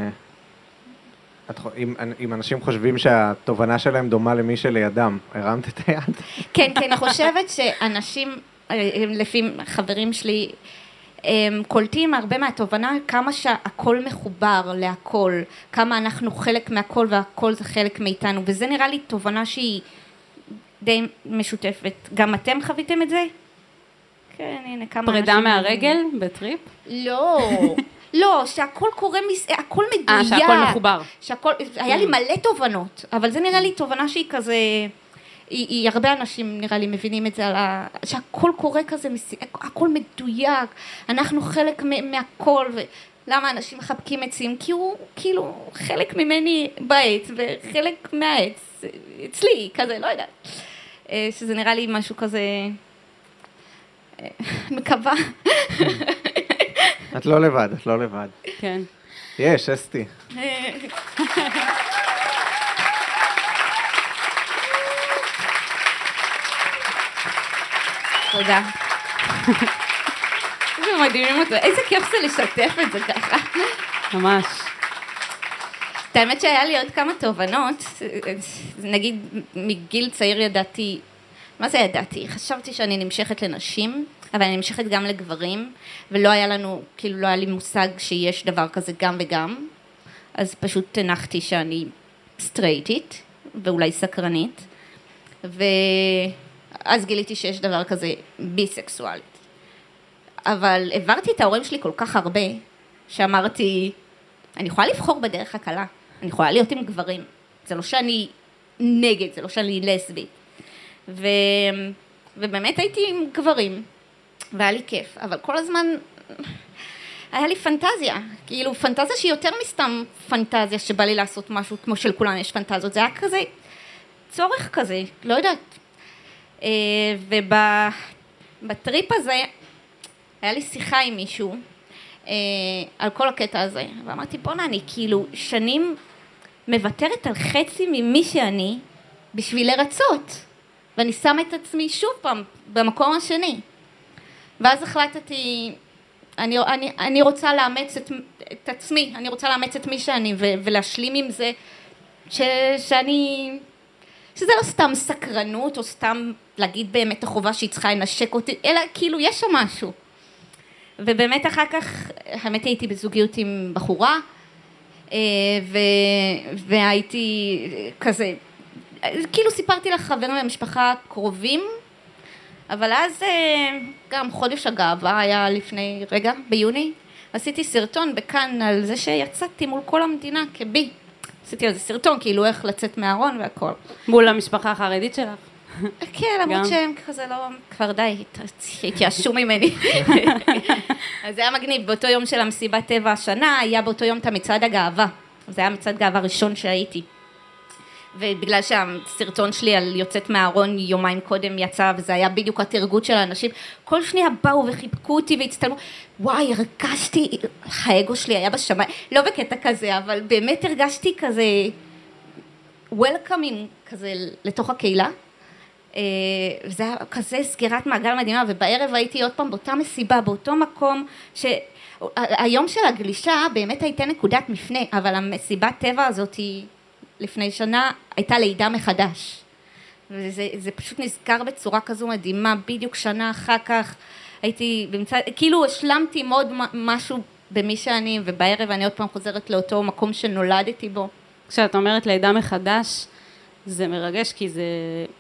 אם, אם אנשים חושבים שהתובנה שלהם דומה למי שלידם, הרמת את היד? כן, כן, אני חושבת שאנשים, לפי חברים שלי, הם קולטים הרבה מהתובנה כמה שהכל מחובר להכל, כמה אנחנו חלק מהכל והכל זה חלק מאיתנו, וזה נראה לי תובנה שהיא די משותפת. גם אתם חוויתם את זה? כן, הנה כמה אנשים... פרידה מהרגל בטריפ? לא, לא, שהכל קורה, הכל מדויק. אה, שהכל מחובר. שהכל, היה לי מלא תובנות, אבל זה נראה לי תובנה שהיא כזה... היא, היא, הרבה אנשים נראה לי מבינים את זה, על ה, שהכל קורה כזה, הכל מדויק, אנחנו חלק מהכל, ולמה אנשים מחבקים עצים? כי הוא כאילו חלק ממני בעץ, וחלק מהעץ, אצלי, כזה, לא יודעת. שזה נראה לי משהו כזה, מקווה. את לא לבד, את לא לבד. כן. יש, אסתי. תודה. איזה מדהימים אותו, איזה כיף זה לשתף את זה ככה. ממש. את האמת שהיה לי עוד כמה תובנות, נגיד מגיל צעיר ידעתי, מה זה ידעתי? חשבתי שאני נמשכת לנשים, אבל אני נמשכת גם לגברים, ולא היה לנו, כאילו לא היה לי מושג שיש דבר כזה גם וגם, אז פשוט הנחתי שאני סטרייטית, ואולי סקרנית, ו... אז גיליתי שיש דבר כזה ביסקסואלית. אבל העברתי את ההורים שלי כל כך הרבה, שאמרתי, אני יכולה לבחור בדרך הקלה. אני יכולה להיות עם גברים, זה לא שאני נגד, זה לא שאני לסבית. ו... ובאמת הייתי עם גברים, והיה לי כיף, אבל כל הזמן היה לי פנטזיה, כאילו פנטזיה שהיא יותר מסתם פנטזיה שבא לי לעשות משהו כמו שלכולם יש פנטזיות, זה היה כזה צורך כזה, לא יודעת. ובטריפ הזה היה לי שיחה עם מישהו על כל הקטע הזה, ואמרתי בוא'נה, אני כאילו שנים מוותרת על חצי ממי שאני בשביל לרצות, ואני שמה את עצמי שוב פעם במקום השני. ואז החלטתי, אני, אני, אני רוצה לאמץ את, את עצמי, אני רוצה לאמץ את מי שאני ו, ולהשלים עם זה ש, שאני, שזה לא סתם סקרנות או סתם להגיד באמת החובה שהיא צריכה לנשק אותי, אלא כאילו יש שם משהו. ובאמת אחר כך, האמת הייתי בזוגיות עם בחורה, ו, והייתי כזה, כאילו סיפרתי לחברים מהמשפחה קרובים, אבל אז גם חודש הגאווה היה לפני רגע, ביוני, עשיתי סרטון בכאן על זה שיצאתי מול כל המדינה כבי. עשיתי על זה סרטון, כאילו איך לצאת מהארון והכל. מול המשפחה החרדית שלך? כן, למרות שהם כזה לא, כבר די, התייאשו ממני. אז זה היה מגניב, באותו יום של המסיבת טבע השנה, היה באותו יום את המצעד הגאווה. זה היה מצעד גאווה ראשון שהייתי. ובגלל שהסרטון שלי על יוצאת מהארון יומיים קודם יצא, וזה היה בדיוק התרגות של האנשים, כל שניה באו וחיבקו אותי והצטלמו, וואי, הרגשתי, האגו שלי היה בשמיים, לא בקטע כזה, אבל באמת הרגשתי כזה, וולקאמים כזה לתוך הקהילה, וזה היה כזה סגירת מעגל מדהימה, ובערב הייתי עוד פעם באותה מסיבה, באותו מקום, שהיום של הגלישה באמת הייתה נקודת מפנה, אבל המסיבת טבע הזאת היא, לפני שנה הייתה לידה מחדש, וזה זה פשוט נזכר בצורה כזו מדהימה, בדיוק שנה אחר כך הייתי במצא, כאילו השלמתי מאוד משהו במי שאני, ובערב אני עוד פעם חוזרת לאותו מקום שנולדתי בו. כשאת אומרת לידה מחדש, זה מרגש, כי זה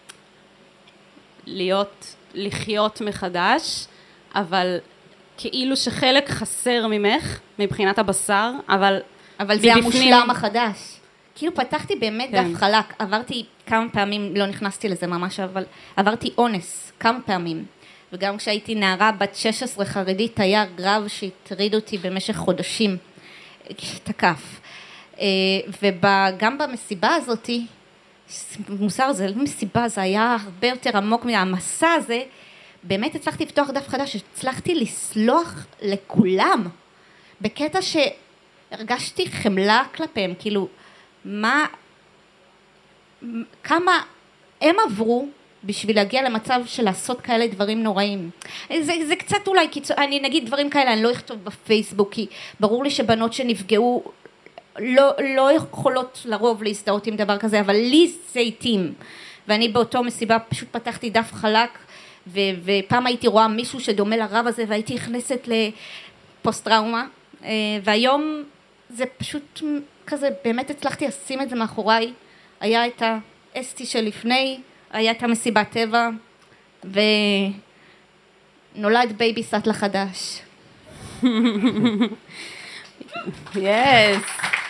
להיות, לחיות מחדש, אבל כאילו שחלק חסר ממך, מבחינת הבשר, אבל אבל זה המושלם החדש. כאילו פתחתי באמת כן. דף חלק, עברתי כמה פעמים, לא נכנסתי לזה ממש, אבל עברתי אונס כמה פעמים, וגם כשהייתי נערה בת שש עשרה חרדית, היה רב שהטריד אותי במשך חודשים, תקף. וגם במסיבה הזאת, מוסר זה לא מסיבה, זה היה הרבה יותר עמוק מהמסע הזה, באמת הצלחתי לפתוח דף חדש, הצלחתי לסלוח לכולם, בקטע שהרגשתי חמלה כלפיהם, כאילו, מה, כמה הם עברו בשביל להגיע למצב של לעשות כאלה דברים נוראים. זה, זה קצת אולי, אני נגיד דברים כאלה, אני לא אכתוב בפייסבוק, כי ברור לי שבנות שנפגעו לא, לא יכולות לרוב להזדהות עם דבר כזה, אבל לי זה התאים. ואני באותו מסיבה פשוט פתחתי דף חלק, ו, ופעם הייתי רואה מישהו שדומה לרב הזה, והייתי נכנסת לפוסט טראומה, והיום זה פשוט כזה, באמת הצלחתי לשים את זה מאחוריי, היה את האסטי שלפני, היה את המסיבת טבע, ונולד בייבי סאטלה חדש. יס.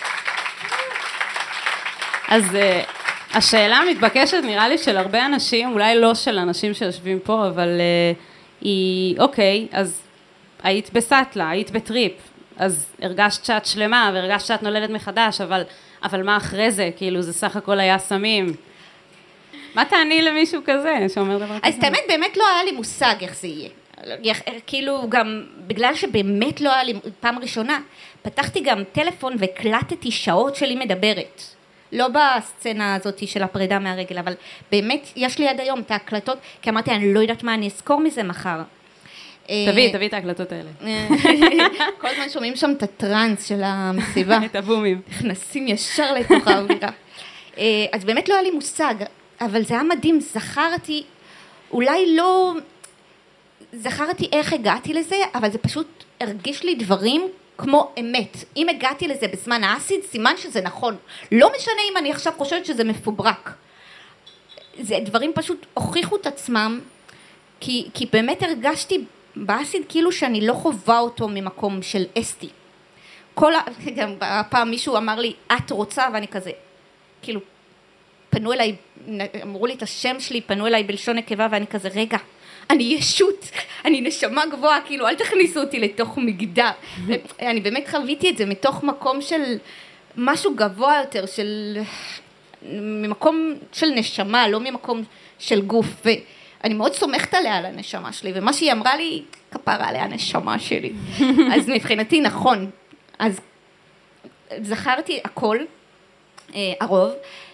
אז uh, השאלה המתבקשת נראה לי של הרבה אנשים, אולי לא של אנשים שיושבים פה, אבל uh, היא, אוקיי, אז היית בסאטלה, היית בטריפ, אז הרגשת שאת שלמה והרגשת שאת נולדת מחדש, אבל, אבל מה אחרי זה? כאילו זה סך הכל היה סמים. מה תעני למישהו כזה שאומר דבר כזה? אז תאמת באמת לא היה לי מושג איך זה יהיה. כאילו גם בגלל שבאמת לא היה לי פעם ראשונה, פתחתי גם טלפון והקלטתי שעות שלי מדברת. לא בסצנה הזאת של הפרידה מהרגל, אבל באמת יש לי עד היום את ההקלטות, כי אמרתי אני לא יודעת מה אני אזכור מזה מחר. תביא, תביא את ההקלטות האלה. כל הזמן שומעים שם את הטרנס של המסיבה. את הבומים. נכנסים ישר לתוך האווירה. אז באמת לא היה לי מושג, אבל זה היה מדהים, זכרתי, אולי לא, זכרתי איך הגעתי לזה, אבל זה פשוט הרגיש לי דברים כמו אמת. אם הגעתי לזה בזמן האסיד, סימן שזה נכון. לא משנה אם אני עכשיו חושבת שזה מפוברק. זה דברים פשוט הוכיחו את עצמם, כי, כי באמת הרגשתי באסיד כאילו שאני לא חובה אותו ממקום של אסטי. כל ה... גם הפעם מישהו אמר לי, את רוצה, ואני כזה, כאילו, פנו אליי, אמרו לי את השם שלי, פנו אליי בלשון נקבה, ואני כזה, רגע, אני ישות, אני נשמה גבוהה, כאילו, אל תכניסו אותי לתוך מגדר. אני באמת חוויתי את זה מתוך מקום של משהו גבוה יותר, של... ממקום של נשמה, לא ממקום של גוף, ואני מאוד סומכת עליה על הנשמה שלי, ומה שהיא אמרה לי, כפרה עליה הנשמה שלי. אז מבחינתי נכון, אז זכרתי הכל, הרוב,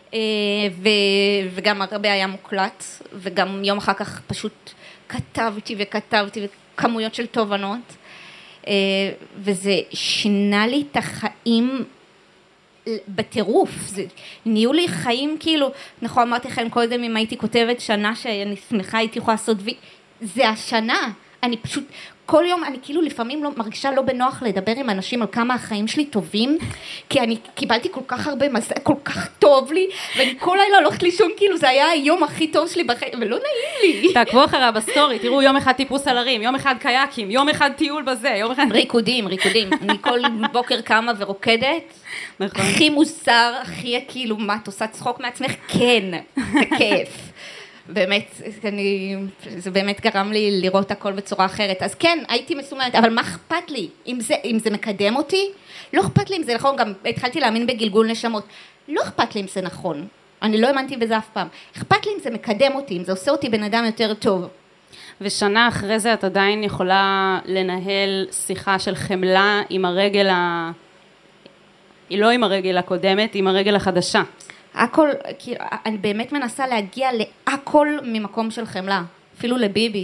וגם הרבה היה מוקלט, וגם יום אחר כך פשוט כתבתי וכתבתי וכמויות של תובנות, וזה שינה לי את החיים בטירוף, זה נהיו לי חיים כאילו, נכון אמרתי לכם קודם אם הייתי כותבת שנה שאני שמחה הייתי יכולה לעשות וי, זה השנה, אני פשוט כל יום אני כאילו לפעמים לא, מרגישה לא בנוח לדבר עם אנשים על כמה החיים שלי טובים, כי אני קיבלתי כל כך הרבה מזל, כל כך טוב לי, ואני כל לילה הולכת לישון כאילו זה היה היום הכי טוב שלי בחיים, ולא נעים לי. תעקבו אחריה בסטורי, תראו יום אחד טיפוס על הרים, יום אחד קייקים, יום אחד טיול בזה, יום אחד... ריקודים, ריקודים. אני כל בוקר קמה ורוקדת, נכון. הכי מוסר, הכי כאילו מה, את עושה צחוק מעצמך? כן, זה כיף. באמת, אני, זה באמת גרם לי לראות הכל בצורה אחרת. אז כן, הייתי מסומנת, אבל מה אכפת לי? אם זה, אם זה מקדם אותי, לא אכפת לי אם זה נכון, גם התחלתי להאמין בגלגול נשמות. לא אכפת לי אם זה נכון. אני לא האמנתי בזה אף פעם. אכפת לי אם זה מקדם אותי, אם זה עושה אותי בן אדם יותר טוב. ושנה אחרי זה את עדיין יכולה לנהל שיחה של חמלה עם הרגל ה... היא לא עם הרגל הקודמת, עם הרגל החדשה. הכל, כאילו, אני באמת מנסה להגיע להכל ממקום של חמלה, אפילו לביבי.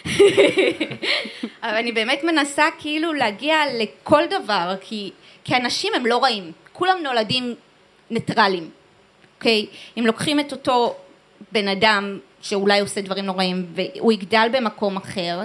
אבל אני באמת מנסה כאילו להגיע לכל דבר, כי, כי אנשים הם לא רעים, כולם נולדים ניטרלים, אוקיי? אם לוקחים את אותו בן אדם שאולי עושה דברים נוראים, והוא יגדל במקום אחר,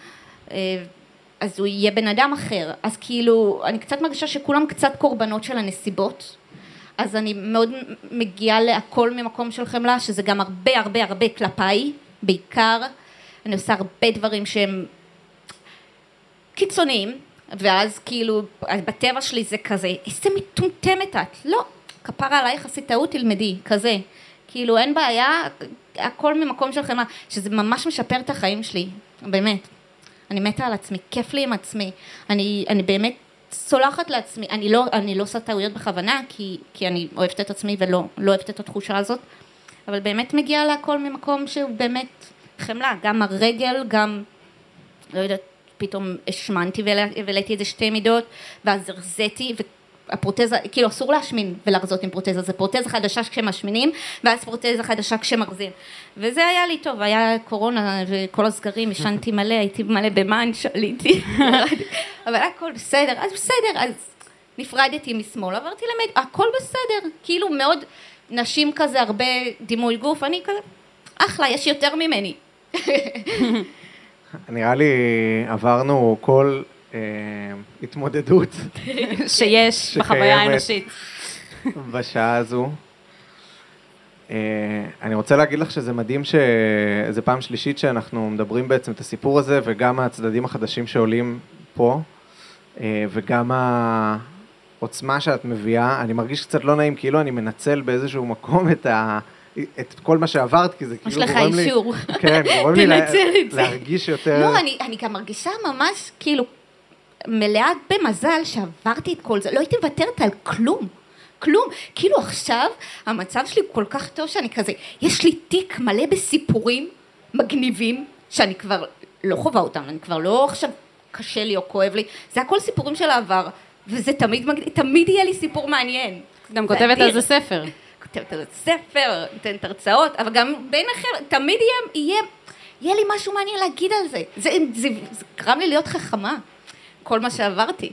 אז הוא יהיה בן אדם אחר. אז כאילו, אני קצת מרגישה שכולם קצת קורבנות של הנסיבות, אז אני מאוד מגיעה להכל ממקום של חמלה, שזה גם הרבה הרבה הרבה כלפיי, בעיקר. אני עושה הרבה דברים שהם קיצוניים, ואז כאילו, בטבע שלי זה כזה, איזה מטומטמת את? לא, כפרה עלייך עשית טעות, תלמדי, כזה. כאילו, אין בעיה, הכל ממקום של חמלה, שזה ממש משפר את החיים שלי, באמת. אני מתה על עצמי, כיף לי עם עצמי. אני, אני באמת סולחת לעצמי, אני לא, אני לא עושה טעויות בכוונה, כי, כי אני אוהבת את עצמי ולא, לא אוהבת את התחושה הזאת, אבל באמת מגיעה להכל ממקום שהוא באמת חמלה, גם הרגל, גם, לא יודעת, פתאום השמנתי ולהיתי איזה שתי מידות, ואז הרזיתי, והפרוטזה, כאילו אסור להשמין ולרזות עם פרוטזה, זה פרוטזה חדשה כשמשמינים, ואז פרוטזה חדשה כשמרזים, וזה היה לי טוב, היה קורונה וכל הסגרים, ישנתי מלא, הייתי מלא במן, שליתי, אבל הכל בסדר, אז בסדר, אז נפרדתי משמאל, עברתי למד, הכל בסדר, כאילו מאוד נשים כזה, הרבה דימוי גוף, אני כזה, אחלה, יש יותר ממני. נראה לי עברנו כל אה, התמודדות שיש בחוויה האנושית. בשעה הזו. אה, אני רוצה להגיד לך שזה מדהים שזה פעם שלישית שאנחנו מדברים בעצם את הסיפור הזה, וגם הצדדים החדשים שעולים פה, אה, וגם העוצמה שאת מביאה. אני מרגיש קצת לא נעים, כאילו אני מנצל באיזשהו מקום את ה... את כל מה שעברת, כי זה כאילו גורם לי... יש לך אישור. כן, גורם לי להרגיש יותר... לא, אני, אני גם מרגישה ממש כאילו מלאה במזל שעברתי את כל זה. לא הייתי מוותרת על כלום, כלום. כאילו עכשיו המצב שלי כל כך טוב שאני כזה, יש לי תיק מלא בסיפורים מגניבים, שאני כבר לא חובה אותם, אני כבר לא עכשיו קשה לי או כואב לי. זה הכל סיפורים של העבר, וזה תמיד, תמיד יהיה לי סיפור מעניין. גם כותבת על זה ספר. כותבת על ספר, נותנת הרצאות, אבל גם בין אחר, תמיד יהיה, יהיה, יהיה לי משהו מעניין להגיד על זה. זה, זה, זה גרם לי להיות חכמה, כל מה שעברתי.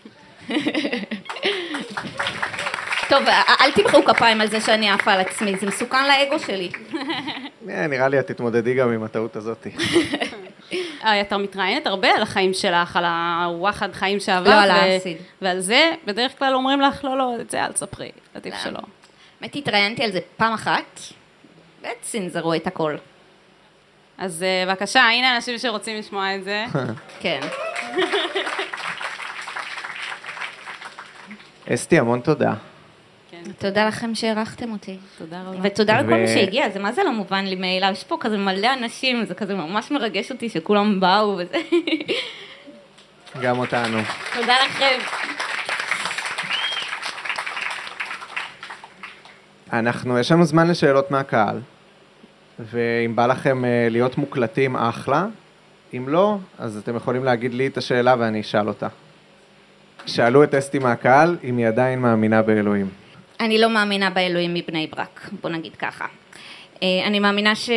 טוב, אל תמחאו כפיים על זה שאני עפה על עצמי, זה מסוכן לאגו שלי. נראה לי, את תתמודדי גם עם הטעות הזאת. אתה מתראיינת הרבה על החיים שלך, על הווחד חיים שעברת. לא על האסיד. ועל זה, בדרך כלל אומרים לך, לא, לא, את זה אל תספרי, עדיף שלא. באמת התראיינתי על זה פעם אחת, וצנזרו את הכל. אז בבקשה, הנה אנשים שרוצים לשמוע את זה. כן. אסתי, המון תודה. תודה לכם שהערכתם אותי. תודה רבה. ותודה לכל מי שהגיע, זה מה זה לא מובן לי מאליו, יש פה כזה מלא אנשים, זה כזה ממש מרגש אותי שכולם באו וזה. גם אותנו. תודה לכם. אנחנו, יש לנו זמן לשאלות מהקהל, ואם בא לכם להיות מוקלטים אחלה, אם לא, אז אתם יכולים להגיד לי את השאלה ואני אשאל אותה. שאלו את אסתי מהקהל, אם היא עדיין מאמינה באלוהים. אני לא מאמינה באלוהים מבני ברק, בוא נגיד ככה. אני מאמינה ש...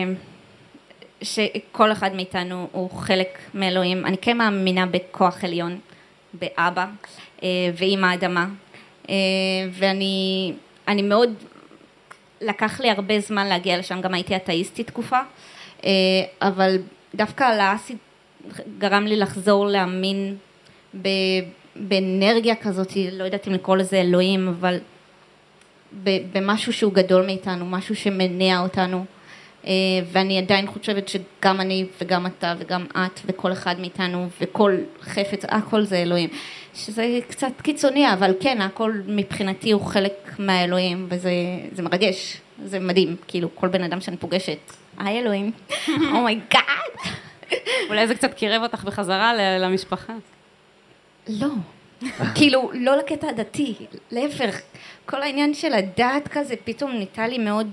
שכל אחד מאיתנו הוא חלק מאלוהים. אני כן מאמינה בכוח עליון, באבא ועם האדמה. ואני אני מאוד, לקח לי הרבה זמן להגיע לשם, גם הייתי אתאיסטית תקופה, אבל דווקא הלאסי גרם לי לחזור להאמין ב... באנרגיה כזאת, לא יודעת אם לקרוא לזה אלוהים, אבל במשהו שהוא גדול מאיתנו, משהו שמניע אותנו, ואני עדיין חושבת שגם אני וגם אתה וגם את וכל אחד מאיתנו וכל חפץ, הכל זה אלוהים, שזה קצת קיצוני, אבל כן, הכל מבחינתי הוא חלק מהאלוהים, וזה זה מרגש, זה מדהים, כאילו כל בן אדם שאני פוגשת, היי אלוהים, אומייגאד. אולי זה קצת קירב אותך בחזרה למשפחה. לא, כאילו לא לקטע הדתי, להפך, כל העניין של הדת כזה פתאום ניתה לי מאוד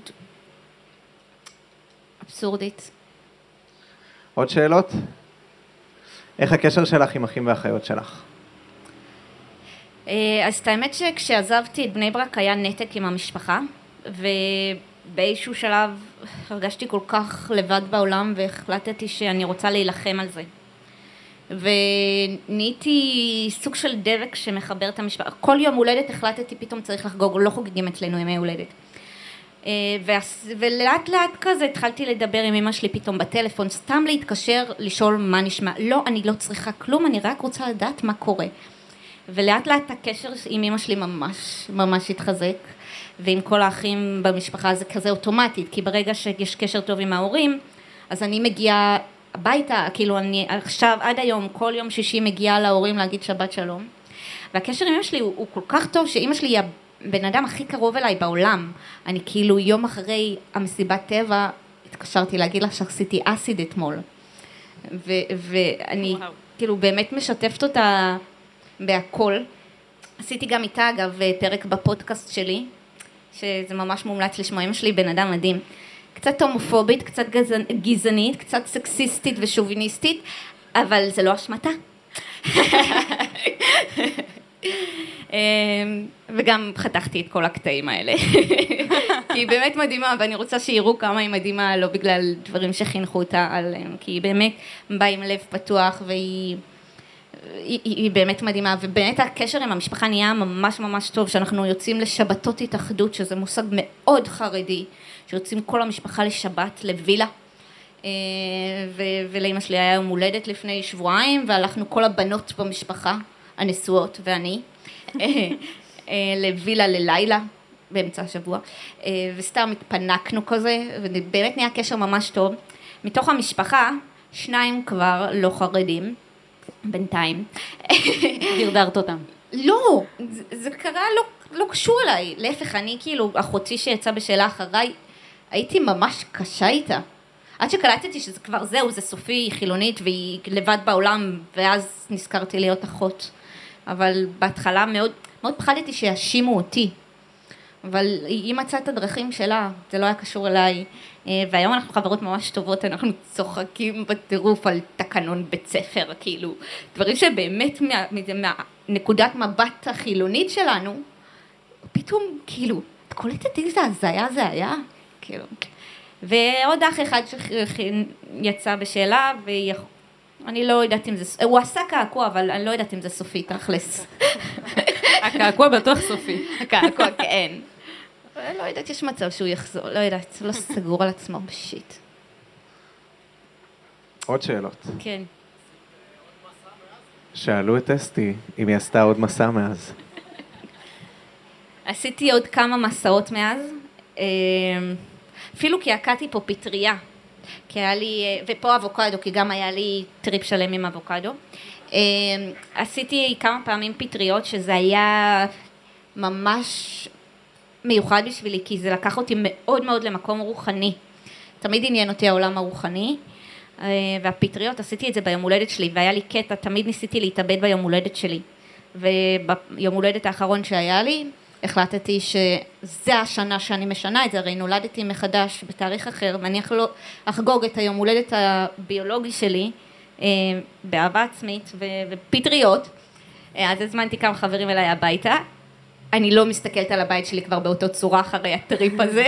אבסורדית. עוד שאלות? איך הקשר שלך עם אחים ואחיות שלך? אז את האמת שכשעזבתי את בני ברק היה נתק עם המשפחה, ובאיזשהו שלב הרגשתי כל כך לבד בעולם והחלטתי שאני רוצה להילחם על זה. ונהייתי סוג של דבק שמחבר את המשפחה. כל יום הולדת החלטתי פתאום צריך לחגוג, לא חוגגים אצלנו ימי הולדת. ולאט לאט כזה התחלתי לדבר עם אמא שלי פתאום בטלפון, סתם להתקשר, לשאול מה נשמע. לא, אני לא צריכה כלום, אני רק רוצה לדעת מה קורה. ולאט לאט הקשר עם אמא שלי ממש ממש התחזק, ועם כל האחים במשפחה זה כזה אוטומטית, כי ברגע שיש קשר טוב עם ההורים, אז אני מגיעה הביתה, כאילו אני עכשיו עד היום, כל יום שישי מגיעה להורים להגיד שבת שלום, והקשר עם אמא שלי הוא, הוא כל כך טוב, שאמא שלי היא הבן אדם הכי קרוב אליי בעולם. אני כאילו יום אחרי המסיבת טבע, התקשרתי להגיד לה שעשיתי אסיד אתמול, ו- ואני וואו. כאילו באמת משתפת אותה בהכל. עשיתי גם איתה אגב פרק בפודקאסט שלי, שזה ממש מומלץ לשמוע. אמא שלי בן אדם מדהים, קצת הומופובית, קצת גזענית, קצת סקסיסטית ושוביניסטית, אבל זה לא אשמתה. וגם חתכתי את כל הקטעים האלה. כי היא באמת מדהימה, ואני רוצה שיראו כמה היא מדהימה, לא בגלל דברים שחינכו אותה עליהם, כי היא באמת באה עם לב פתוח, והיא היא, היא באמת מדהימה, ובאמת הקשר עם המשפחה נהיה ממש ממש טוב, שאנחנו יוצאים לשבתות התאחדות, שזה מושג מאוד חרדי, שיוצאים כל המשפחה לשבת, לווילה, ולאמא שלי היה יום הולדת לפני שבועיים, והלכנו כל הבנות במשפחה, הנשואות ואני, לווילה ללילה, באמצע השבוע, וסתם התפנקנו כזה, ובאמת נהיה קשר ממש טוב. מתוך המשפחה, שניים כבר לא חרדים, בינתיים. דרדרת אותם. לא, זה, זה קרה לא, לא קשור אליי, להפך, אני כאילו, אחותי שיצאה בשאלה אחריי, הייתי ממש קשה איתה. עד שקלטתי שזה כבר זהו, זה סופי, היא חילונית והיא לבד בעולם, ואז נזכרתי להיות אחות. אבל בהתחלה מאוד, מאוד פחדתי שיאשימו אותי. אבל היא מצאה את הדרכים שלה, זה לא היה קשור אליי. והיום אנחנו חברות ממש טובות, אנחנו צוחקים בטירוף על תקנון בית ספר, כאילו, דברים שבאמת מה, מהנקודת מבט החילונית שלנו, פתאום, כאילו, את קולטת איזה הזיה זה היה? כאילו. ועוד אח אחד שיצא בשאלה, ואני לא יודעת אם זה, הוא עשה קעקוע, אבל אני לא יודעת אם זה סופי, תכלס. הקעקוע בטוח סופי. הקעקוע, כן. לא יודעת, יש מצב שהוא יחזור, לא יודעת, לא סגור על עצמו בשיט. עוד שאלות. כן. שאלו את אסתי אם היא עשתה עוד מסע מאז. עשיתי עוד כמה מסעות מאז, אפילו כי הקעתי פה פטריה, כי היה לי, ופה אבוקדו, כי גם היה לי טריפ שלם עם אבוקדו. עשיתי כמה פעמים פטריות שזה היה ממש מיוחד בשבילי, כי זה לקח אותי מאוד מאוד למקום רוחני. תמיד עניין אותי העולם הרוחני, והפטריות, עשיתי את זה ביום הולדת שלי, והיה לי קטע, תמיד ניסיתי להתאבד ביום הולדת שלי. וביום הולדת האחרון שהיה לי, החלטתי שזה השנה שאני משנה את זה, הרי נולדתי מחדש בתאריך אחר, ואני אחגוג את היום הולדת הביולוגי שלי, באהבה עצמית ופטריות. אז הזמנתי כמה חברים אליי הביתה, אני לא מסתכלת על הבית שלי כבר באותו צורה אחרי הטריפ הזה,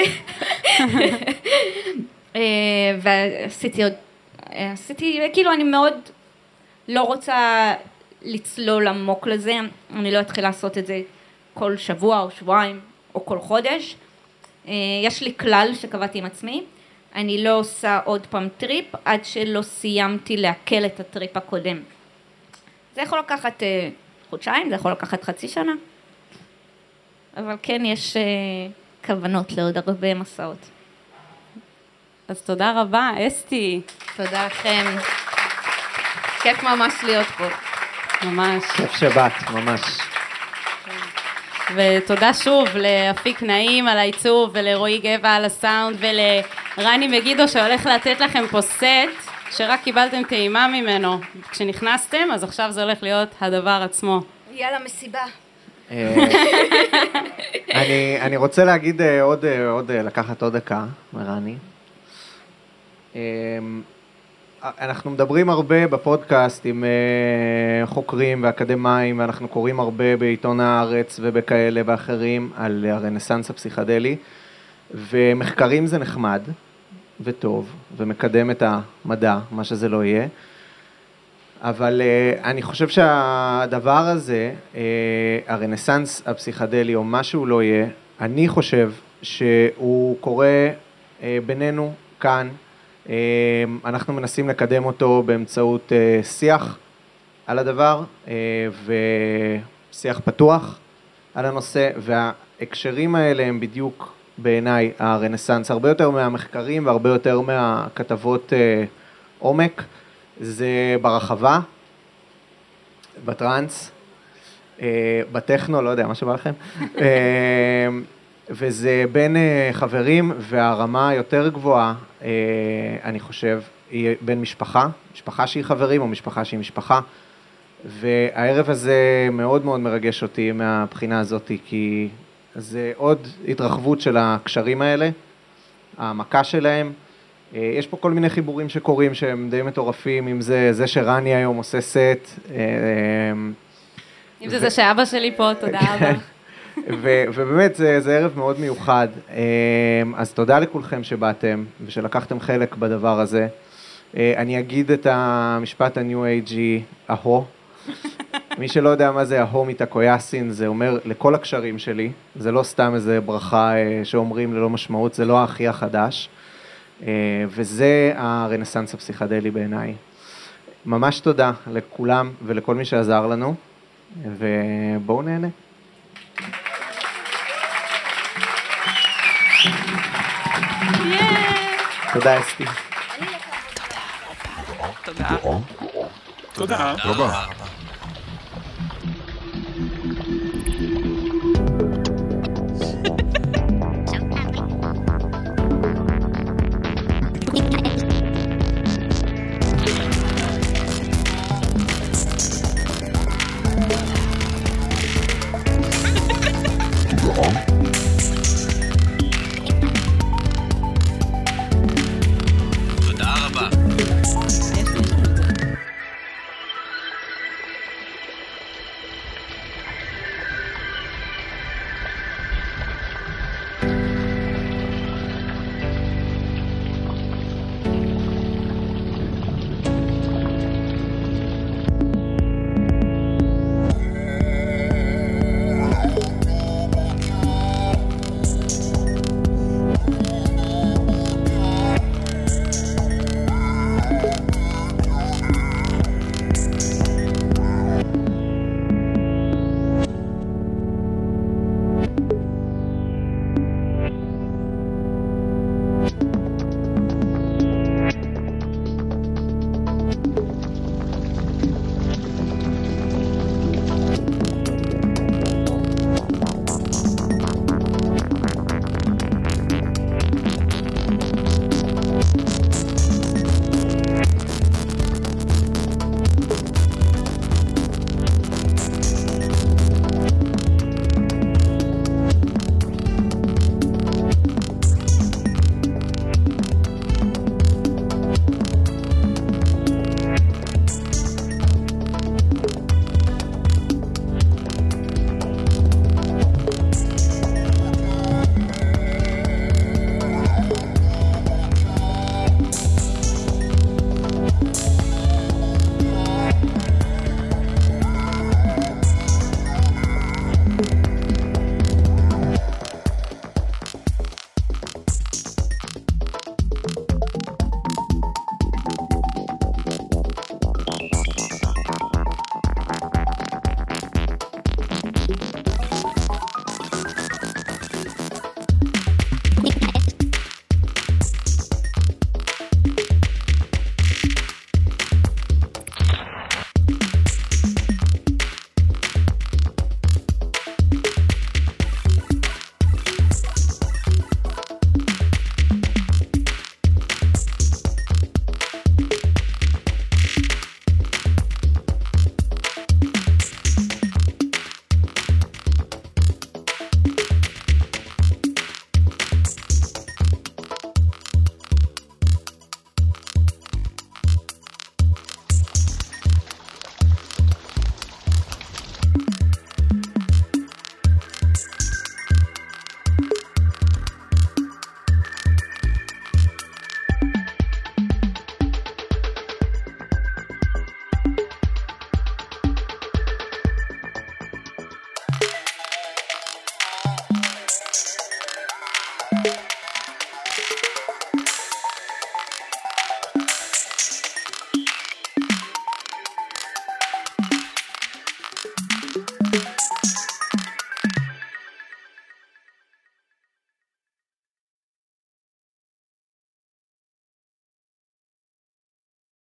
ועשיתי עוד, עשיתי, כאילו אני מאוד לא רוצה לצלול עמוק לזה, אני לא אתחיל לעשות את זה כל שבוע או שבועיים או כל חודש. יש לי כלל שקבעתי עם עצמי, אני לא עושה עוד פעם טריפ עד שלא סיימתי לעכל את הטריפ הקודם. זה יכול לקחת חודשיים, זה יכול לקחת חצי שנה, אבל כן יש כוונות לעוד הרבה מסעות. אז תודה רבה, אסתי. תודה לכם. כיף ממש להיות פה. ממש. כיף שבאת, ממש. ותודה שוב לאפיק נעים על העיצוב, ולרועי גבע על הסאונד, ולרני מגידו שהולך לתת לכם פה סט, שרק קיבלתם טעימה ממנו. כשנכנסתם, אז עכשיו זה הולך להיות הדבר עצמו. יאללה, מסיבה. אני, אני רוצה להגיד עוד, עוד, לקחת עוד דקה, מרני. אנחנו מדברים הרבה בפודקאסט עם חוקרים ואקדמיים, ואנחנו קוראים הרבה בעיתון הארץ ובכאלה ואחרים על הרנסנס הפסיכדלי, ומחקרים זה נחמד וטוב, ומקדם את המדע, מה שזה לא יהיה. אבל uh, אני חושב שהדבר הזה, uh, הרנסנס הפסיכדלי או מה שהוא לא יהיה, אני חושב שהוא קורה uh, בינינו כאן, uh, אנחנו מנסים לקדם אותו באמצעות uh, שיח על הדבר uh, ושיח פתוח על הנושא, וההקשרים האלה הם בדיוק בעיניי הרנסנס, הרבה יותר מהמחקרים והרבה יותר מהכתבות uh, עומק. זה ברחבה, בטרנס, בטכנו, לא יודע, מה שבא לכם, וזה בין חברים, והרמה היותר גבוהה, אני חושב, היא בין משפחה, משפחה שהיא חברים או משפחה שהיא משפחה, והערב הזה מאוד מאוד מרגש אותי מהבחינה הזאת, כי זה עוד התרחבות של הקשרים האלה, העמקה שלהם, יש פה כל מיני חיבורים שקורים שהם די מטורפים, אם זה זה שרני היום עושה סט. אם זה זה שאבא שלי פה, תודה אבא. ובאמת זה ערב מאוד מיוחד, אז תודה לכולכם שבאתם ושלקחתם חלק בדבר הזה. אני אגיד את המשפט הניו אייג'י, אהו. מי שלא יודע מה זה אהו מתקויאסין, זה אומר לכל הקשרים שלי, זה לא סתם איזה ברכה שאומרים ללא משמעות, זה לא האחי החדש. וזה הרנסנס הפסיכדלי בעיניי. ממש תודה לכולם ולכל מי שעזר לנו, ובואו נהנה. תודה אסתי. תודה. תודה. תודה רבה.